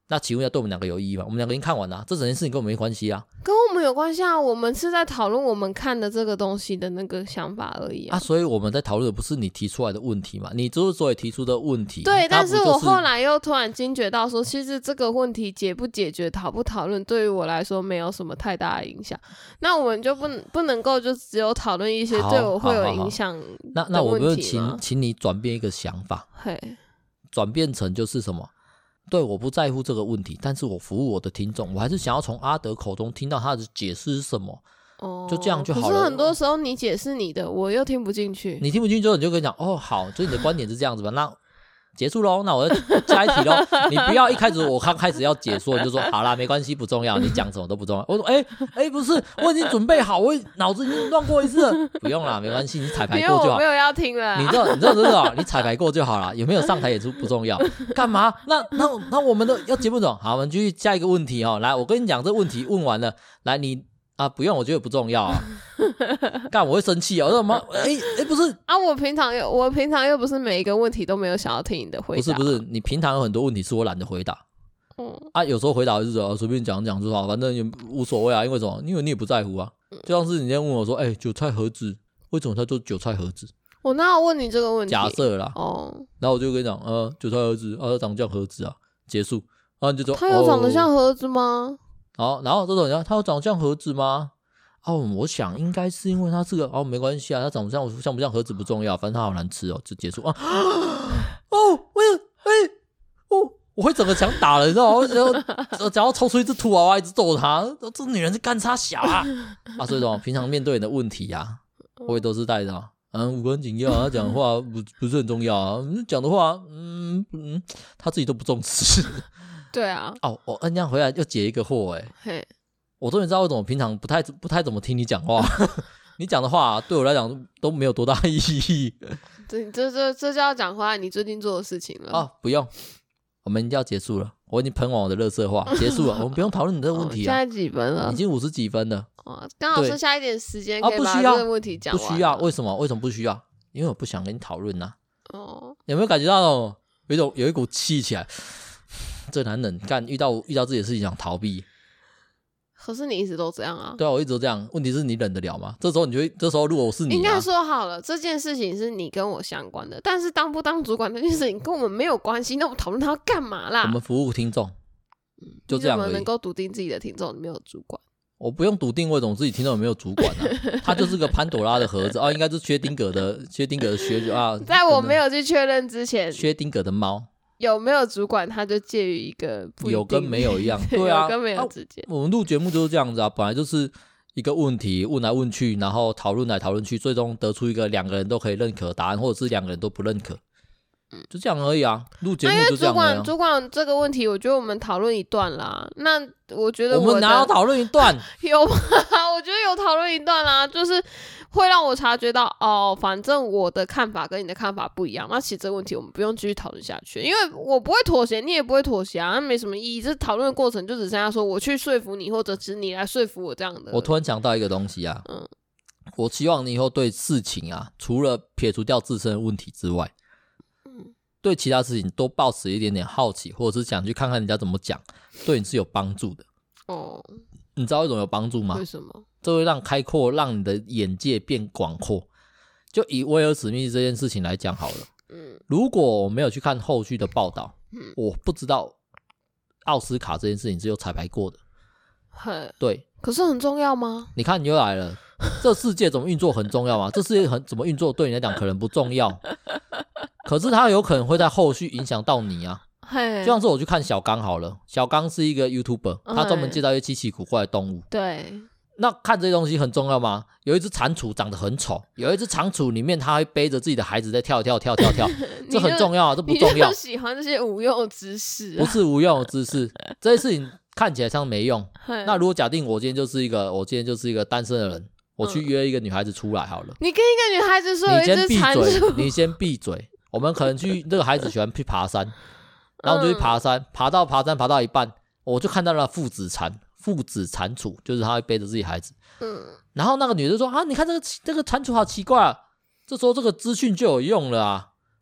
那请问一下，对我们两个有意义吗？我们两个已经看完了，这整件事情跟我们没关系啊。 跟我们有关系啊，我们是在讨论我们看的这个东西的那个想法而已啊。 所以我们在讨论的不是你提出来的问题嘛？你之所以提出的问题， 对，但是我后来又突然惊觉到说，其实这个问题解不解决、讨不讨论，对于我来说没有什么太大的影响。那我们就不能够就只有讨论一些对我会有影响的问题吗？ 那我们请你转变一个想法，转变成就是什么？对，我不在乎这个问题，但是我服务我的听众，我还是想要从阿德口中听到他的解释是什么。就这样就好了。 可是很多时候你解释你的，我又听不进去。 你听不进去之后，你就跟你讲好，所以你的观点是这样子吧？那结束咯，那我就下一题咯。你不要一开始我刚开始要解说，你就说好啦，没关系，不重要，你讲什么都不重要。我说不是，我已经准备好，我脑子已经乱过一次了，不用啦，没关系，你彩排过就好。 因为我没有要听了。 你知道，你彩排过就好了，有没有上台演出不重要。干嘛？那我们的要节目总好，我们继续下一个问题哦。来，我跟你讲，这问题问完了，来你。不用，我觉得不重要啊。干，我会生气啊！我说什么？不是啊，我平常又不是每一个问题都没有想要听你的回答。 不是，你平常有很多问题是我懒得回答。有时候回答就是随便讲就好，反正也无所谓啊。因为什么？因为你也不在乎啊。就像是你今天问我说，韭菜盒子为什么它做韭菜盒子？ 我哪有问你这个问题？ 假设啦。然后我就跟你讲，韭菜盒子它长这样盒子啊，结束。然后你就说， 它有长得像盒子吗？ 然后这种人，他有长得像盒子吗？我想应该是因为他是个没关系啊，他长得像不像盒子不重要，反正他好难吃哦，就结束啊。我会整个想打了，你知道吗？我只要抽出一只土娃娃，一直揍他，这女人是干啥小啊？所以说平常面对你的问题啊，我也都是带着无关紧要，他讲的话不是很重要啊，讲的话他自己都不重视。 对啊， 我这样回来又解一个惑我终于知道为什么我平常不太怎么听你讲话。你讲的话对我来讲都没有多大意义。 这就要讲回来你最近做的事情了。 不用，我们一定要结束了。我已经喷完我的垃圾话，结束了。我们不用讨论你这个问题现在几分了？ 已经50几分了。 刚好剩下一点时间可以把这个问题讲完。 不需要，为什么不需要？因为我不想跟你讨论啊。有没有感觉到有一股气起来？这男人干遇到自己的事情想逃避， 可是你一直都这样啊。 对啊，我一直都这样。问题是你忍得了吗？这时候如果我是你应该说好了，这件事情是你跟我相关的，但是当不当主管这件事情跟我们没有关系，那我们讨论他要干嘛啦？ 我们服务听众，就这样而已。 你怎么能够笃定自己的听众你没有主管？ 我不用笃定为什么自己听众有没有主管啊。他就是个潘朵拉的盒子应该是薛丁格的薛啊。 在我没有去确认之前， 薛丁格的猫有没有主管，他就介于一个不一定有跟没有一样。对啊， 有跟没有之间。 我们录节目就是这样子啊，本来就是一个问题问来问去，然后讨论来讨论去，最终得出一个两个人都可以认可的答案，或者是两个人都不认可。就这样而已啊，录节目就这样而已。 主管这个问题，我觉得我们讨论一段啦。那我觉得我们哪有讨论一段？ 有吗？我觉得有讨论一段啦，就是会让我察觉到反正我的看法跟你的看法不一样。那其实这个问题我们不用继续讨论下去，因为我不会妥协，你也不会妥协啊，那没什么意义。这讨论的过程就只剩下说我去说服你，或者是你来说服我这样的。 我突然想到一个东西啊，我希望你以后对事情啊，除了撇除掉自身的问题之外，对其他事情都抱持一点点好奇，或者是想去看看人家怎么讲，对你是有帮助的。你知道为什么有帮助吗？ 为什么？ 这会让你的眼界变广阔。就以威尔史密斯这件事情来讲好了，如果我没有去看后续的报道，我不知道奥斯卡这件事情是有彩排过的。对， 可是很重要吗？ 你看你又来了，这世界怎么运作很重要吗？这世界怎么运作对你来讲可能不重要，可是它有可能会在后续影响到你啊。就像是我去看小刚好了，小刚是一个 YouTuber， 他专门介绍一些稀奇古怪的动物。 对， 那看这些东西很重要吗？有一只蟾蜍长得很丑，有一只蟾蜍里面它会背着自己的孩子在跳，这很重要啊，这不重要。 你就喜欢这些无用的知识不是无用的知识，这些事情看起来像没用。那如果假定我今天就是一个单身的人，我去约一个女孩子出来好了， 你跟一个女孩子说有一只蟾蜍， 你先闭嘴。我们可能去这个孩子喜欢去爬山，然后就去爬山，爬到一半，我就看到了父子蟾蜍，就是他会背着自己孩子。然后那个女的说你看这个蟾蜍好奇怪啊。这时候这个资讯就有用了啊。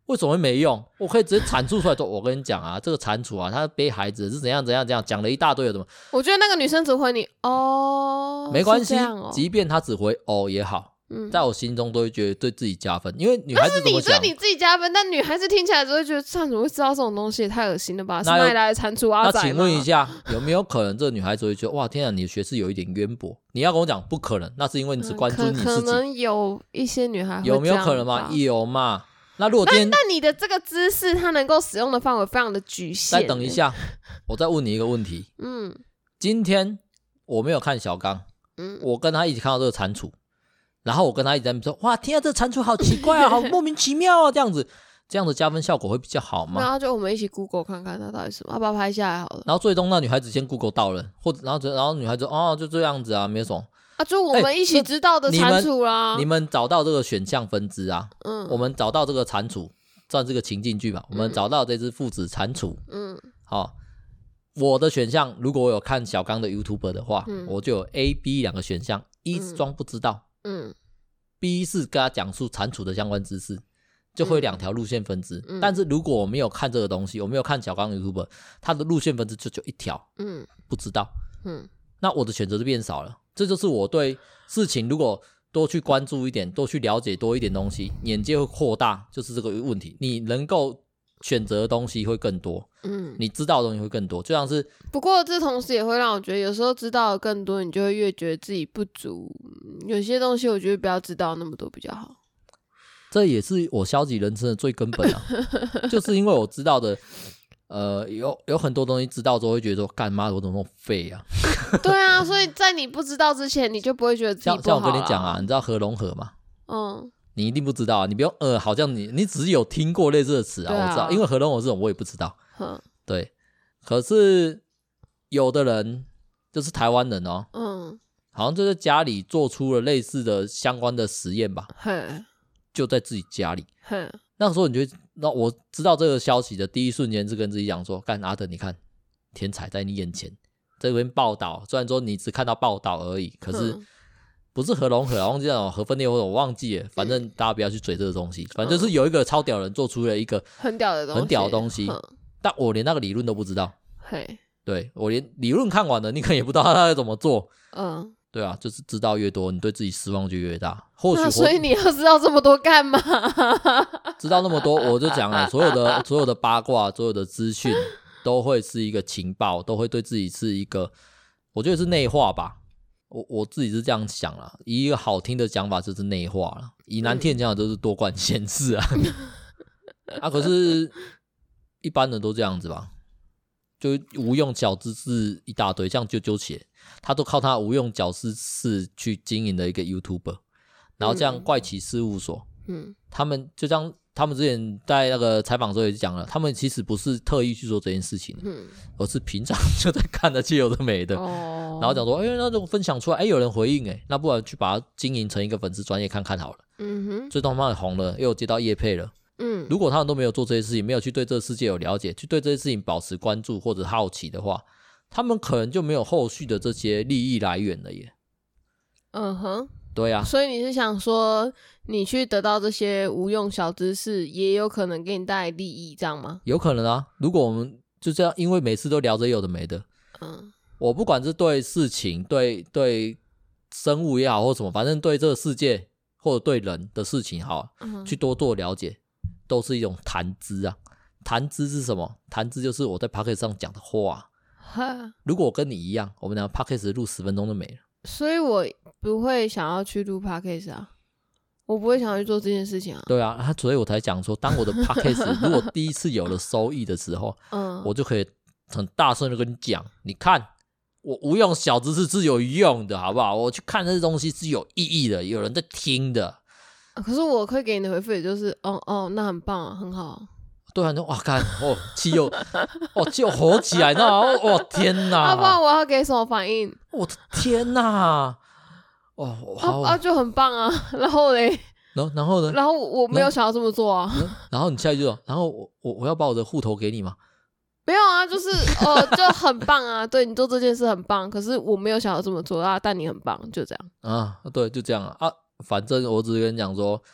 为什么会没用？我可以直接阐述出来说，我跟你讲啊，这个蟾蜍啊，它背孩子是怎样怎样怎样，讲了一大堆有什么。 我觉得那个女生只回你哦， 没关系， 哦， 即便她只回哦也好。在我心中都会觉得对自己加分，因为女孩子怎么讲？ 但是你对你自己加分，但女孩子听起来只会觉得，怎么会知道这种东西？也太恶心了吧！是哪里来的蟾蜍阿仔吗？ 那请问一下，有没有可能这个女孩子会觉得，哇，天啊，你的学识有一点渊博？你要跟我讲不可能，那是因为你只关注你自己。 可能有一些女孩会有没有可能吗？有嘛？那如果今天， 但你的这个知识，它能够使用的范围非常的局限。 再等一下，我再问你一个问题。今天我没有看小刚，我跟他一起看到这个蟾蜍。然后我跟他一直在说，哇，天啊，这蟾蜍好奇怪啊，好莫名其妙啊，这样子加分效果会比较好吗？ 然后就我们一起 Google 看看它到底是什么，要把它拍下来好了。 然后最终那女孩子先 Google 到了，或者然后女孩子哦就这样子啊，没什么啊，就我们一起知道的蟾蜍啦。 你们找到这个选项分支啊，我们找到这个蟾蜍，算这个情境剧吧，我们找到这只父子蟾蜍，好，我的选项如果我有看小刚的 YouTuber 的话，我就有 A、B 两个选项，一是装不知道。B 是跟他讲述蟾蜍的相关知识，就会有2条路线分支。但是如果我没有看这个东西，我没有看小刚 YouTuber， 他的路线分支就一条，不知道。那我的选择就变少了。这就是我对事情如果多去关注一点，多去了解多一点东西，眼界会扩大，就是这个问题。你能够选择的东西会更多，你知道的东西会更多，就像是。 不过这同时也会让我觉得，有时候知道的更多，你就会越觉得自己不足。有些东西我觉得不要知道那么多比较好。 这也是我消极人生的最根本啊，就是因为我知道的，有很多东西知道之后会觉得说，干妈我怎么那么废啊？ 对啊，所以在你不知道之前，你就不会觉得自己不好。 像我跟你讲啊，你知道核融合吗？你一定不知道啊，你不用好像你只是有听过类似的词啊，我知道，因为核融合这种我也不知道。对，可是有的人就是台湾人哦，好像就在家里做出了类似的相关的实验吧，就在自己家里。那个时候你就那我知道这个消息的第一瞬间是跟自己讲说，干阿德你看天才在你眼前，这边报道虽然说你只看到报道而已，可是不是核融合，忘记那种核分裂或者我忘记了，反正大家不要去追这个东西，反正就是有一个超屌人做出了一个很屌的东西， 但我连那个理论都不知道。对，我连理论看完了，你可能也不知道他在怎么做。对啊，就是知道越多，你对自己失望就越大。或许所以你要知道这么多干嘛？ 知道那么多，我就讲了，所有的八卦，所有的资讯都会是一个情报，都会对自己是一个，我觉得是内化吧。我自己是这样想啦，以一个好听的讲法就是内化啦，以难听的讲法就是多管闲事啊。可是一般人都这样子吧，就无用小知识一大堆，像啾啾姐，他都靠他无用小知识去经营的一个 YouTuber， 然后这样怪奇事务所，他们就这样。他们之前在那个采访的时候也讲了，他们其实不是特意去做这件事情，而是平常就在看那些有的没的，然后讲说，那种分享出来，有人回应，那不然去把它经营成一个粉丝专页看看好了，最终他们红了，又有接到业配了，如果他们都没有做这些事情，没有去对这个世界有了解，去对这些事情保持关注或者好奇的话，他们可能就没有后续的这些利益来源了耶。对啊， 所以你是想说，你去得到这些无用小知识，也有可能给你带来利益，这样吗？ 有可能啊，如果我们就这样，因为每次都聊着有的没的，我不管是对事情、对生物也好，或什么，反正对这个世界或者对人的事情好，去多做了解，都是一种谈资啊。谈资是什么？谈资就是我在 Podcast 上讲的话。如果我跟你一样，我们俩 Podcast 录10分钟就没了。 所以我不会想要去录 Podcast 啊，我不会想要去做这件事情啊。 对啊，所以我才讲说，当我的 Podcast 如果第一次有了收益的时候，我就可以很大声的跟你讲，你看我无用小知识是有用的，好不好？我去看这些东西是有意义的，有人在听的。 可是我会给你的回复也就是那很棒啊，很好。 对啊，哇看气又气又火起来，天哪！ 不然我要给什么反应？ 我的天哪！ 就很棒啊。然后嘞， 然后呢？ 然后我没有想要这么做啊。 然后你下一句说，然后我要把我的户头给你吗？ 没有啊，就是就很棒啊。对，你做这件事很棒，可是我没有想要这么做啊。但你很棒，就这样啊。对，就这样啊。反正我只是跟你讲说，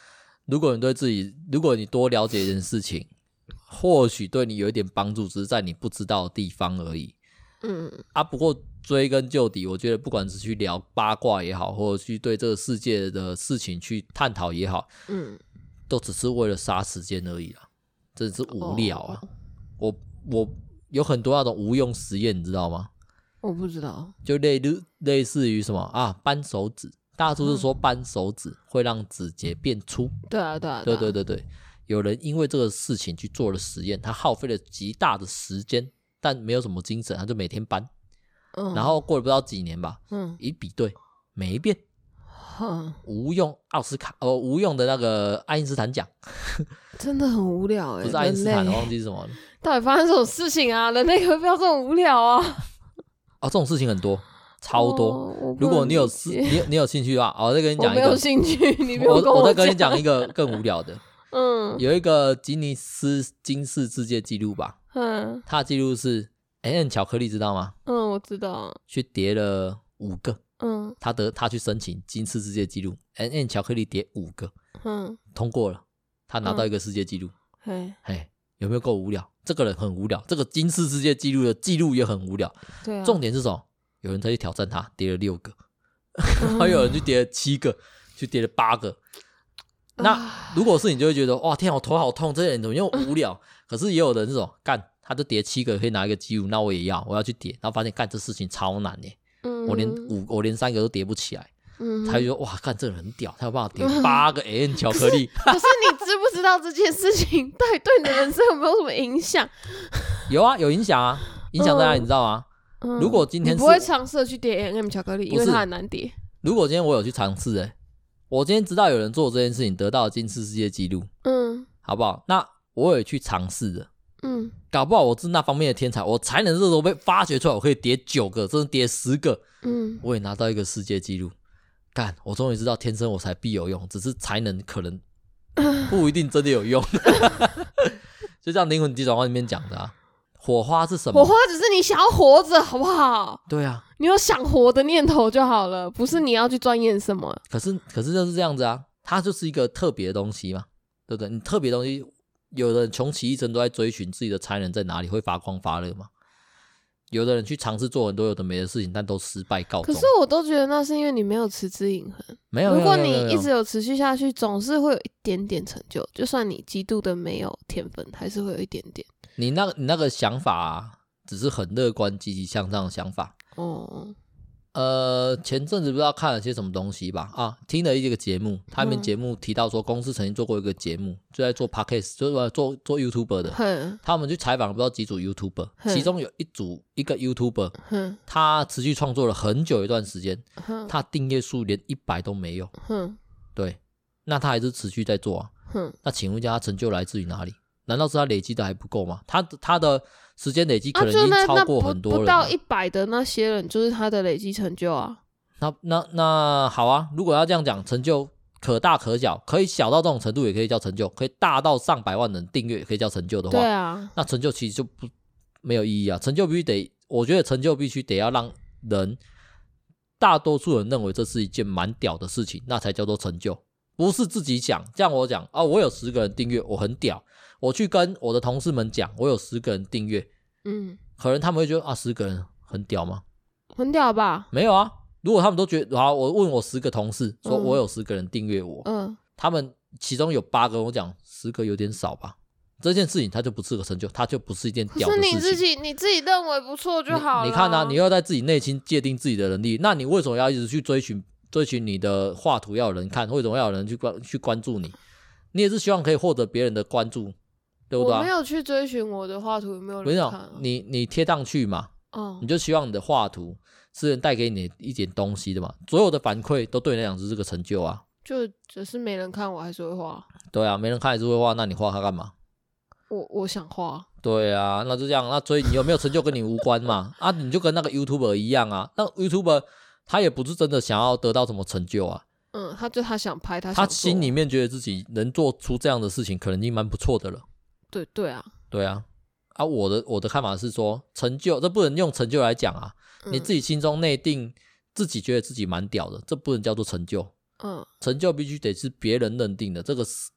如果你多了解一件事情，或许对你有一点帮助，只是在你不知道的地方而已。不过追根究底，我觉得不管是去聊八卦也好，或者去对这个世界的事情去探讨也好，都只是为了杀时间而已啦，真的是无聊啊。我有很多那种无用实验，你知道吗？ 我不知道， 就类似于什么啊，扳手指，大家都是说扳手指会让指节变粗。 对， 有人因为这个事情去做了实验，他耗费了极大的时间，但没有什么精神，他就每天扳。然后过了不知道几年吧，一比对没变，无用无用的那个爱因斯坦奖， 真的很无聊不是爱因斯坦，我忘记是什么了。 到底发生什么事情啊？人类会不要这么无聊啊？ 这种事情很多，超多。如果你有兴趣的话，我再跟你讲一个。 我没有兴趣，你不用跟我再跟你讲一个更无聊的。有一个吉尼斯金氏世界纪录吧，他的纪录是 N 巧克力，知道吗？ 我知道。 去叠了5个，他去申请金氏世界纪录 ，N 巧克力叠5个，通过了，他拿到一个世界纪录。有没有够无聊？这个人很无聊，这个金氏世界纪录的纪录也很无聊。 对啊。 重点是什么？有人再去挑战他，叠了6个，还有人去叠了7个，去叠了8个。那如果是你就会觉得哇天啊，我头好痛，这些人怎么又无聊？可是也有人这种干，他就叠7个可以拿一个纪录，那我也要叠，然后发现干这事情超难耶，我连3个都叠不起来。他就说哇，干这人很屌，他有办法叠8个 N 巧克力。 可是你知不知道这件事情到底对你的人生有没有什么影响？ 有啊，有影响啊，影响在哪里你知道吗？如果今天你不会尝试去叠 N 巧克力，因为它很难叠。 如果今天我有去尝试，我今天知道有人做这件事情得到金氏世界纪录，好不好？那我也去尝试了，搞不好我是那方面的天才，我才能这时候被发掘出来，我可以叠9个，甚至叠10个，我也拿到一个世界纪录。干，我终于知道天生我材必有用，只是才能可能不一定真的有用。就像灵魂急转弯里面讲的啊，火花是什么？ 火花只是你想要活着，好不好？ 对啊， 你有想活的念头就好了，不是你要去钻研什么。 可是就是这样子啊，它就是一个特别的东西嘛，对不对？你特别的东西，有的人穷其一生都在追寻自己的才能在哪里，会发光发热嘛。有的人去尝试做很多有的没的事情，但都失败告终。 可是我都觉得那是因为你没有持之以恒。 没有， 如果你一直有持续下去，总是会有一点点成就。就算你极度的没有天分，还是会有一点点。 你那个想法啊，只是很乐观、积极向上的想法。前阵子不知道看了些什么东西吧？听了一个节目，他们节目提到说，公司曾经做过一个节目，就在做 podcast， 就是做 YouTuber 的。他们去采访不知道几组 YouTuber， 其中有一个 YouTuber， 他持续创作了很久一段时间，他订阅数连100都没有。对，那他还是持续在做啊。那请问一下，他成就来自于哪里？难道是他累积的还不够吗？他的时间累积可能已经超过很多人了。不到100的那些人就是他的累积成就啊。 那好啊，如果要这样讲，成就可大可小，可以小到这种程度也可以叫成就，可以大到上百万人订阅也可以叫成就的话， 对啊， 那成就其实就没有意义啊。成就我觉得成就必须得要让人大多数人认为这是一件蛮屌的事情，那才叫做成就，不是自己讲。这样我讲我有10个人订阅，我很屌。我去跟我的同事们讲，我有10个人订阅，可能他们会觉得10个人很屌吗？ 很屌吧？ 没有啊。如果他们都觉得，好，我问我10个同事，说我有10个人订阅我，他们其中有8个跟我讲10个有点少吧，这件事情它就不是个成就，它就不是一件屌的事情。 可是你自己认为不错就好了。 你看啊，你要在自己内心界定自己的能力，那你为什么要一直去追寻你的画图要有人看，为什么要有人去关注你？你也是希望可以获得别人的关注，对不对？ 我没有去追寻我的画图有没有人看你贴上去嘛，你就希望你的画图是能带给你一点东西的嘛，所有的反馈都对你来讲是个成就啊。 就只是没人看我还是会画。 对啊，没人看还是会画，那你画它干嘛？ 我想画。 对啊，那就这样，那所以你有没有成就跟你无关嘛。你就跟那个 YouTuber 一样啊，那 YouTuber 他也不是真的想要得到什么成就啊。 他想拍， 他心里面觉得自己能做出这样的事情可能已经蛮不错的了。 对啊， 我的看法是说，成就这不能用成就来讲啊。你自己心中内定自己觉得自己蛮屌的，这不能叫做成就。成就必须得是别人认定的，这个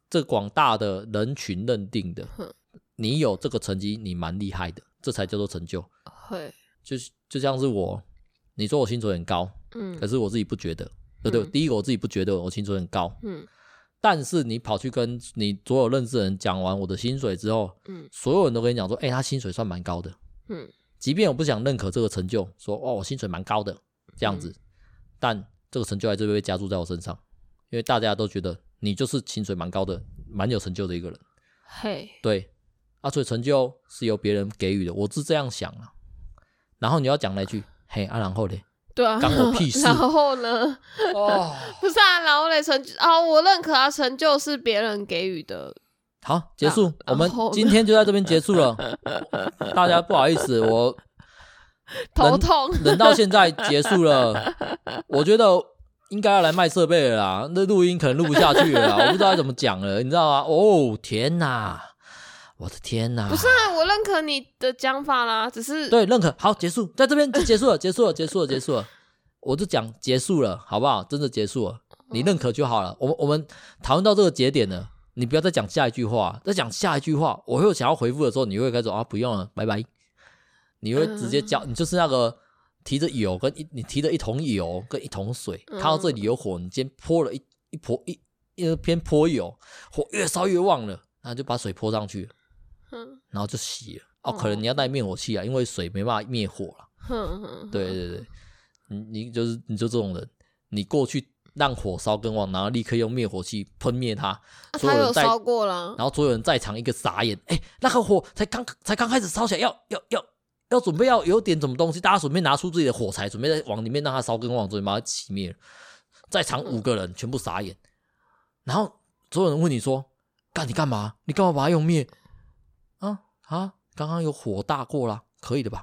这广大的人群认定的，你有这个成绩你蛮厉害的，这才叫做成就。就像是你说我薪水很高，可是我自己不觉得，对不对？第一个我自己不觉得我薪水很高，但是你跑去跟你所有认识的人讲完我的薪水之后，所有人都跟你讲说他薪水算蛮高的，即便我不想认可这个成就，说我薪水蛮高的这样子，但这个成就还是会加注在我身上，因为大家都觉得你就是薪水蛮高的蛮有成就的一个人。对所以成就是由别人给予的，我是这样想啊。然后你要讲那句然后嘞， 对啊， 干我屁事。 然后呢？不是啊，然后嘞，我认可啊，成就是别人给予的。 好，结束，我们今天就在这边结束了。大家不好意思，我头痛， 忍到现在结束了。我觉得应该要来卖设备了啦，那录音可能录不下去了啦，我不知道怎么讲了，你知道吗？天哪！我的天哪！ 不是啊，我认可你的讲法啦，只是对认可。好，结束，在这边就结束了，结束了。我就讲结束了，好不好？真的结束了，你认可就好了。我们讨论到这个节点了，你不要再讲下一句话，再讲下一句话，我会想要回复的时候，你会开始不用了，拜拜。你会直接你就是那个提着油你提着一桶油跟一桶水，看到这里有火，你先泼了一片泼油，火越烧越旺了，然后就把水泼上去了。然后就熄了可能你要带灭火器因为水没办法灭火了。对，你就这种人，你过去让火烧更旺，然后立刻用灭火器喷灭它。 他有烧过了， 然后所有人在场一个傻眼，那个火才刚开始烧起来，要准备要有点什么东西，大家准备拿出自己的火柴，准备在往里面让它烧更旺，准备把它熄灭了。在场5个人全部傻眼，然后所有人问你说：“你干嘛？你干嘛把它用灭？”刚刚有火大过啦，可以的吧？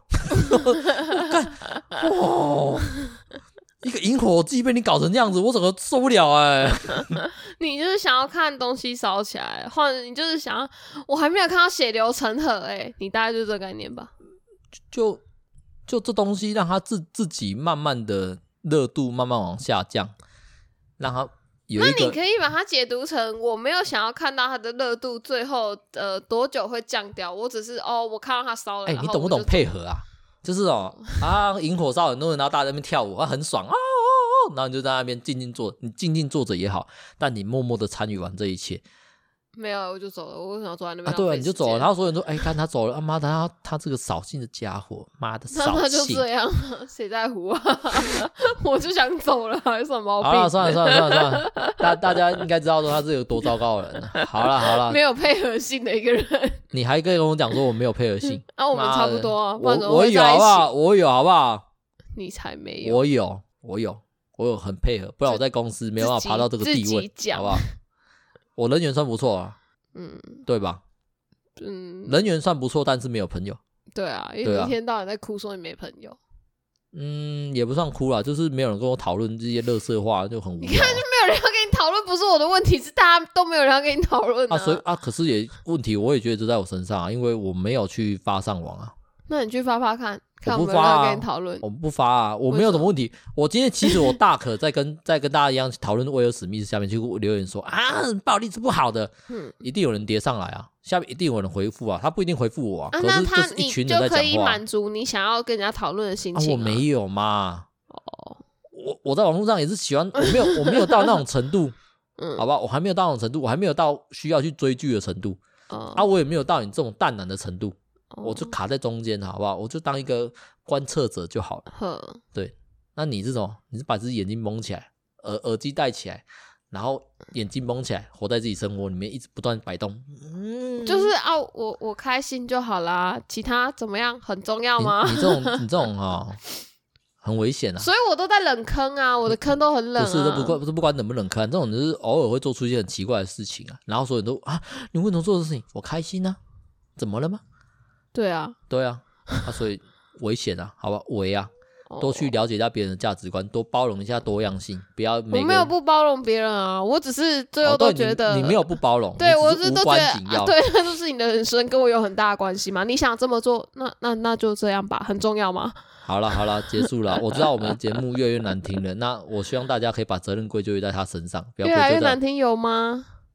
一个引火剂被你搞成这样子，我整个受不了你就是想要看东西烧起来，或者你就是想要，我还没有看到血流成河你大概就是这个概念吧？ 就这东西让它自己慢慢的热度慢慢往下降，让它。 那你可以把它解读成我没有想要看到它的热度最后多久会降掉，我只是我看到它烧了。 你懂不懂配合啊？就是引火烧很多人，然后大家在那边跳舞很爽然后你就在那边静静坐，你静静坐着也好，但你默默的参与完这一切。 没有，我就走了。我想要坐在那边对，你就走了。然后所有人说：“看他走了，妈的，他这个扫兴的家伙，妈的扫兴。” 那就这样，谁在乎啊？我就想走了，有什么毛病？ 好了，算了，大家应该知道说他是有多糟糕的人了。好了， 没有配合性的一个人。 你还跟我讲说我没有配合性？ 我们差不多啊。 我有好不好？我有好不好？ 你才没有。 我有很配合，不然我在公司没有办法爬到这个地位，好不好？我人缘算不错对吧？人缘算不错，但是没有朋友。 对啊，因为一天到晚在哭说你没朋友。 也不算哭啦，就是没有人跟我讨论这些垃圾话，就很无聊。 你看，就没有人要跟你讨论，不是我的问题，是大家都没有人要跟你讨论所以可是问题我也觉得就在我身上因为我没有去发上网那你去发看我不发跟你讨论。 我不发我没有什么问题。我今天其实我大可在跟大家一样讨论威尔史密斯下面去留言说暴力是不好的，一定有人叠上来下面一定有人回复他不一定回复我可是就是一群人在讲话。 你就可以满足你想要跟人家讨论的心情我没有嘛。我在网络上也是喜欢，我没有到那种程度好吧，我还没有到那种程度，我还没有到需要去追剧的程度我也没有到你这种淡然的程度我就卡在中间好不好？我就当一个观测者就好了对，那你这种你是把自己眼睛蒙起来，耳机戴起来，然后眼睛蒙起来，活在自己生活里面，一直不断摆动就是我开心就好啦，其他怎么样很重要吗？ 你这种很危险所以我都在冷坑我的坑都很冷不是不管冷不冷坑，这种就是偶尔会做出一些很奇怪的事情然后所有人都你为什么做这事情？我开心怎么了吗？对啊所以危险好吧，危多去了解一下别人的价值观，多包容一下多样性，不要每个。 我没有不包容别人我只是最后都觉得你没有不包容， 对我是都觉得对，那就是你的人生跟我有很大的关系嘛。你想这么做，那就这样吧，很重要吗？ 好了，结束了。我知道我们的节目越来越难听了，那我希望大家可以把责任归咎于在他身上，不要越来越难听有吗？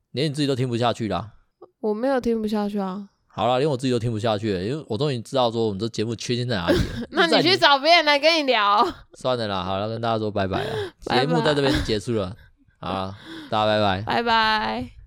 连你自己都听不下去啦。 我没有听不下去啊。 好啦，连我自己都听不下去了，因为我终于知道说我们这节目缺陷在哪里了。 那你去找别人来跟你聊。 算了啦，好了，跟大家说拜拜了， 拜拜， 节目在这边结束了。好了，大家拜拜， 拜拜。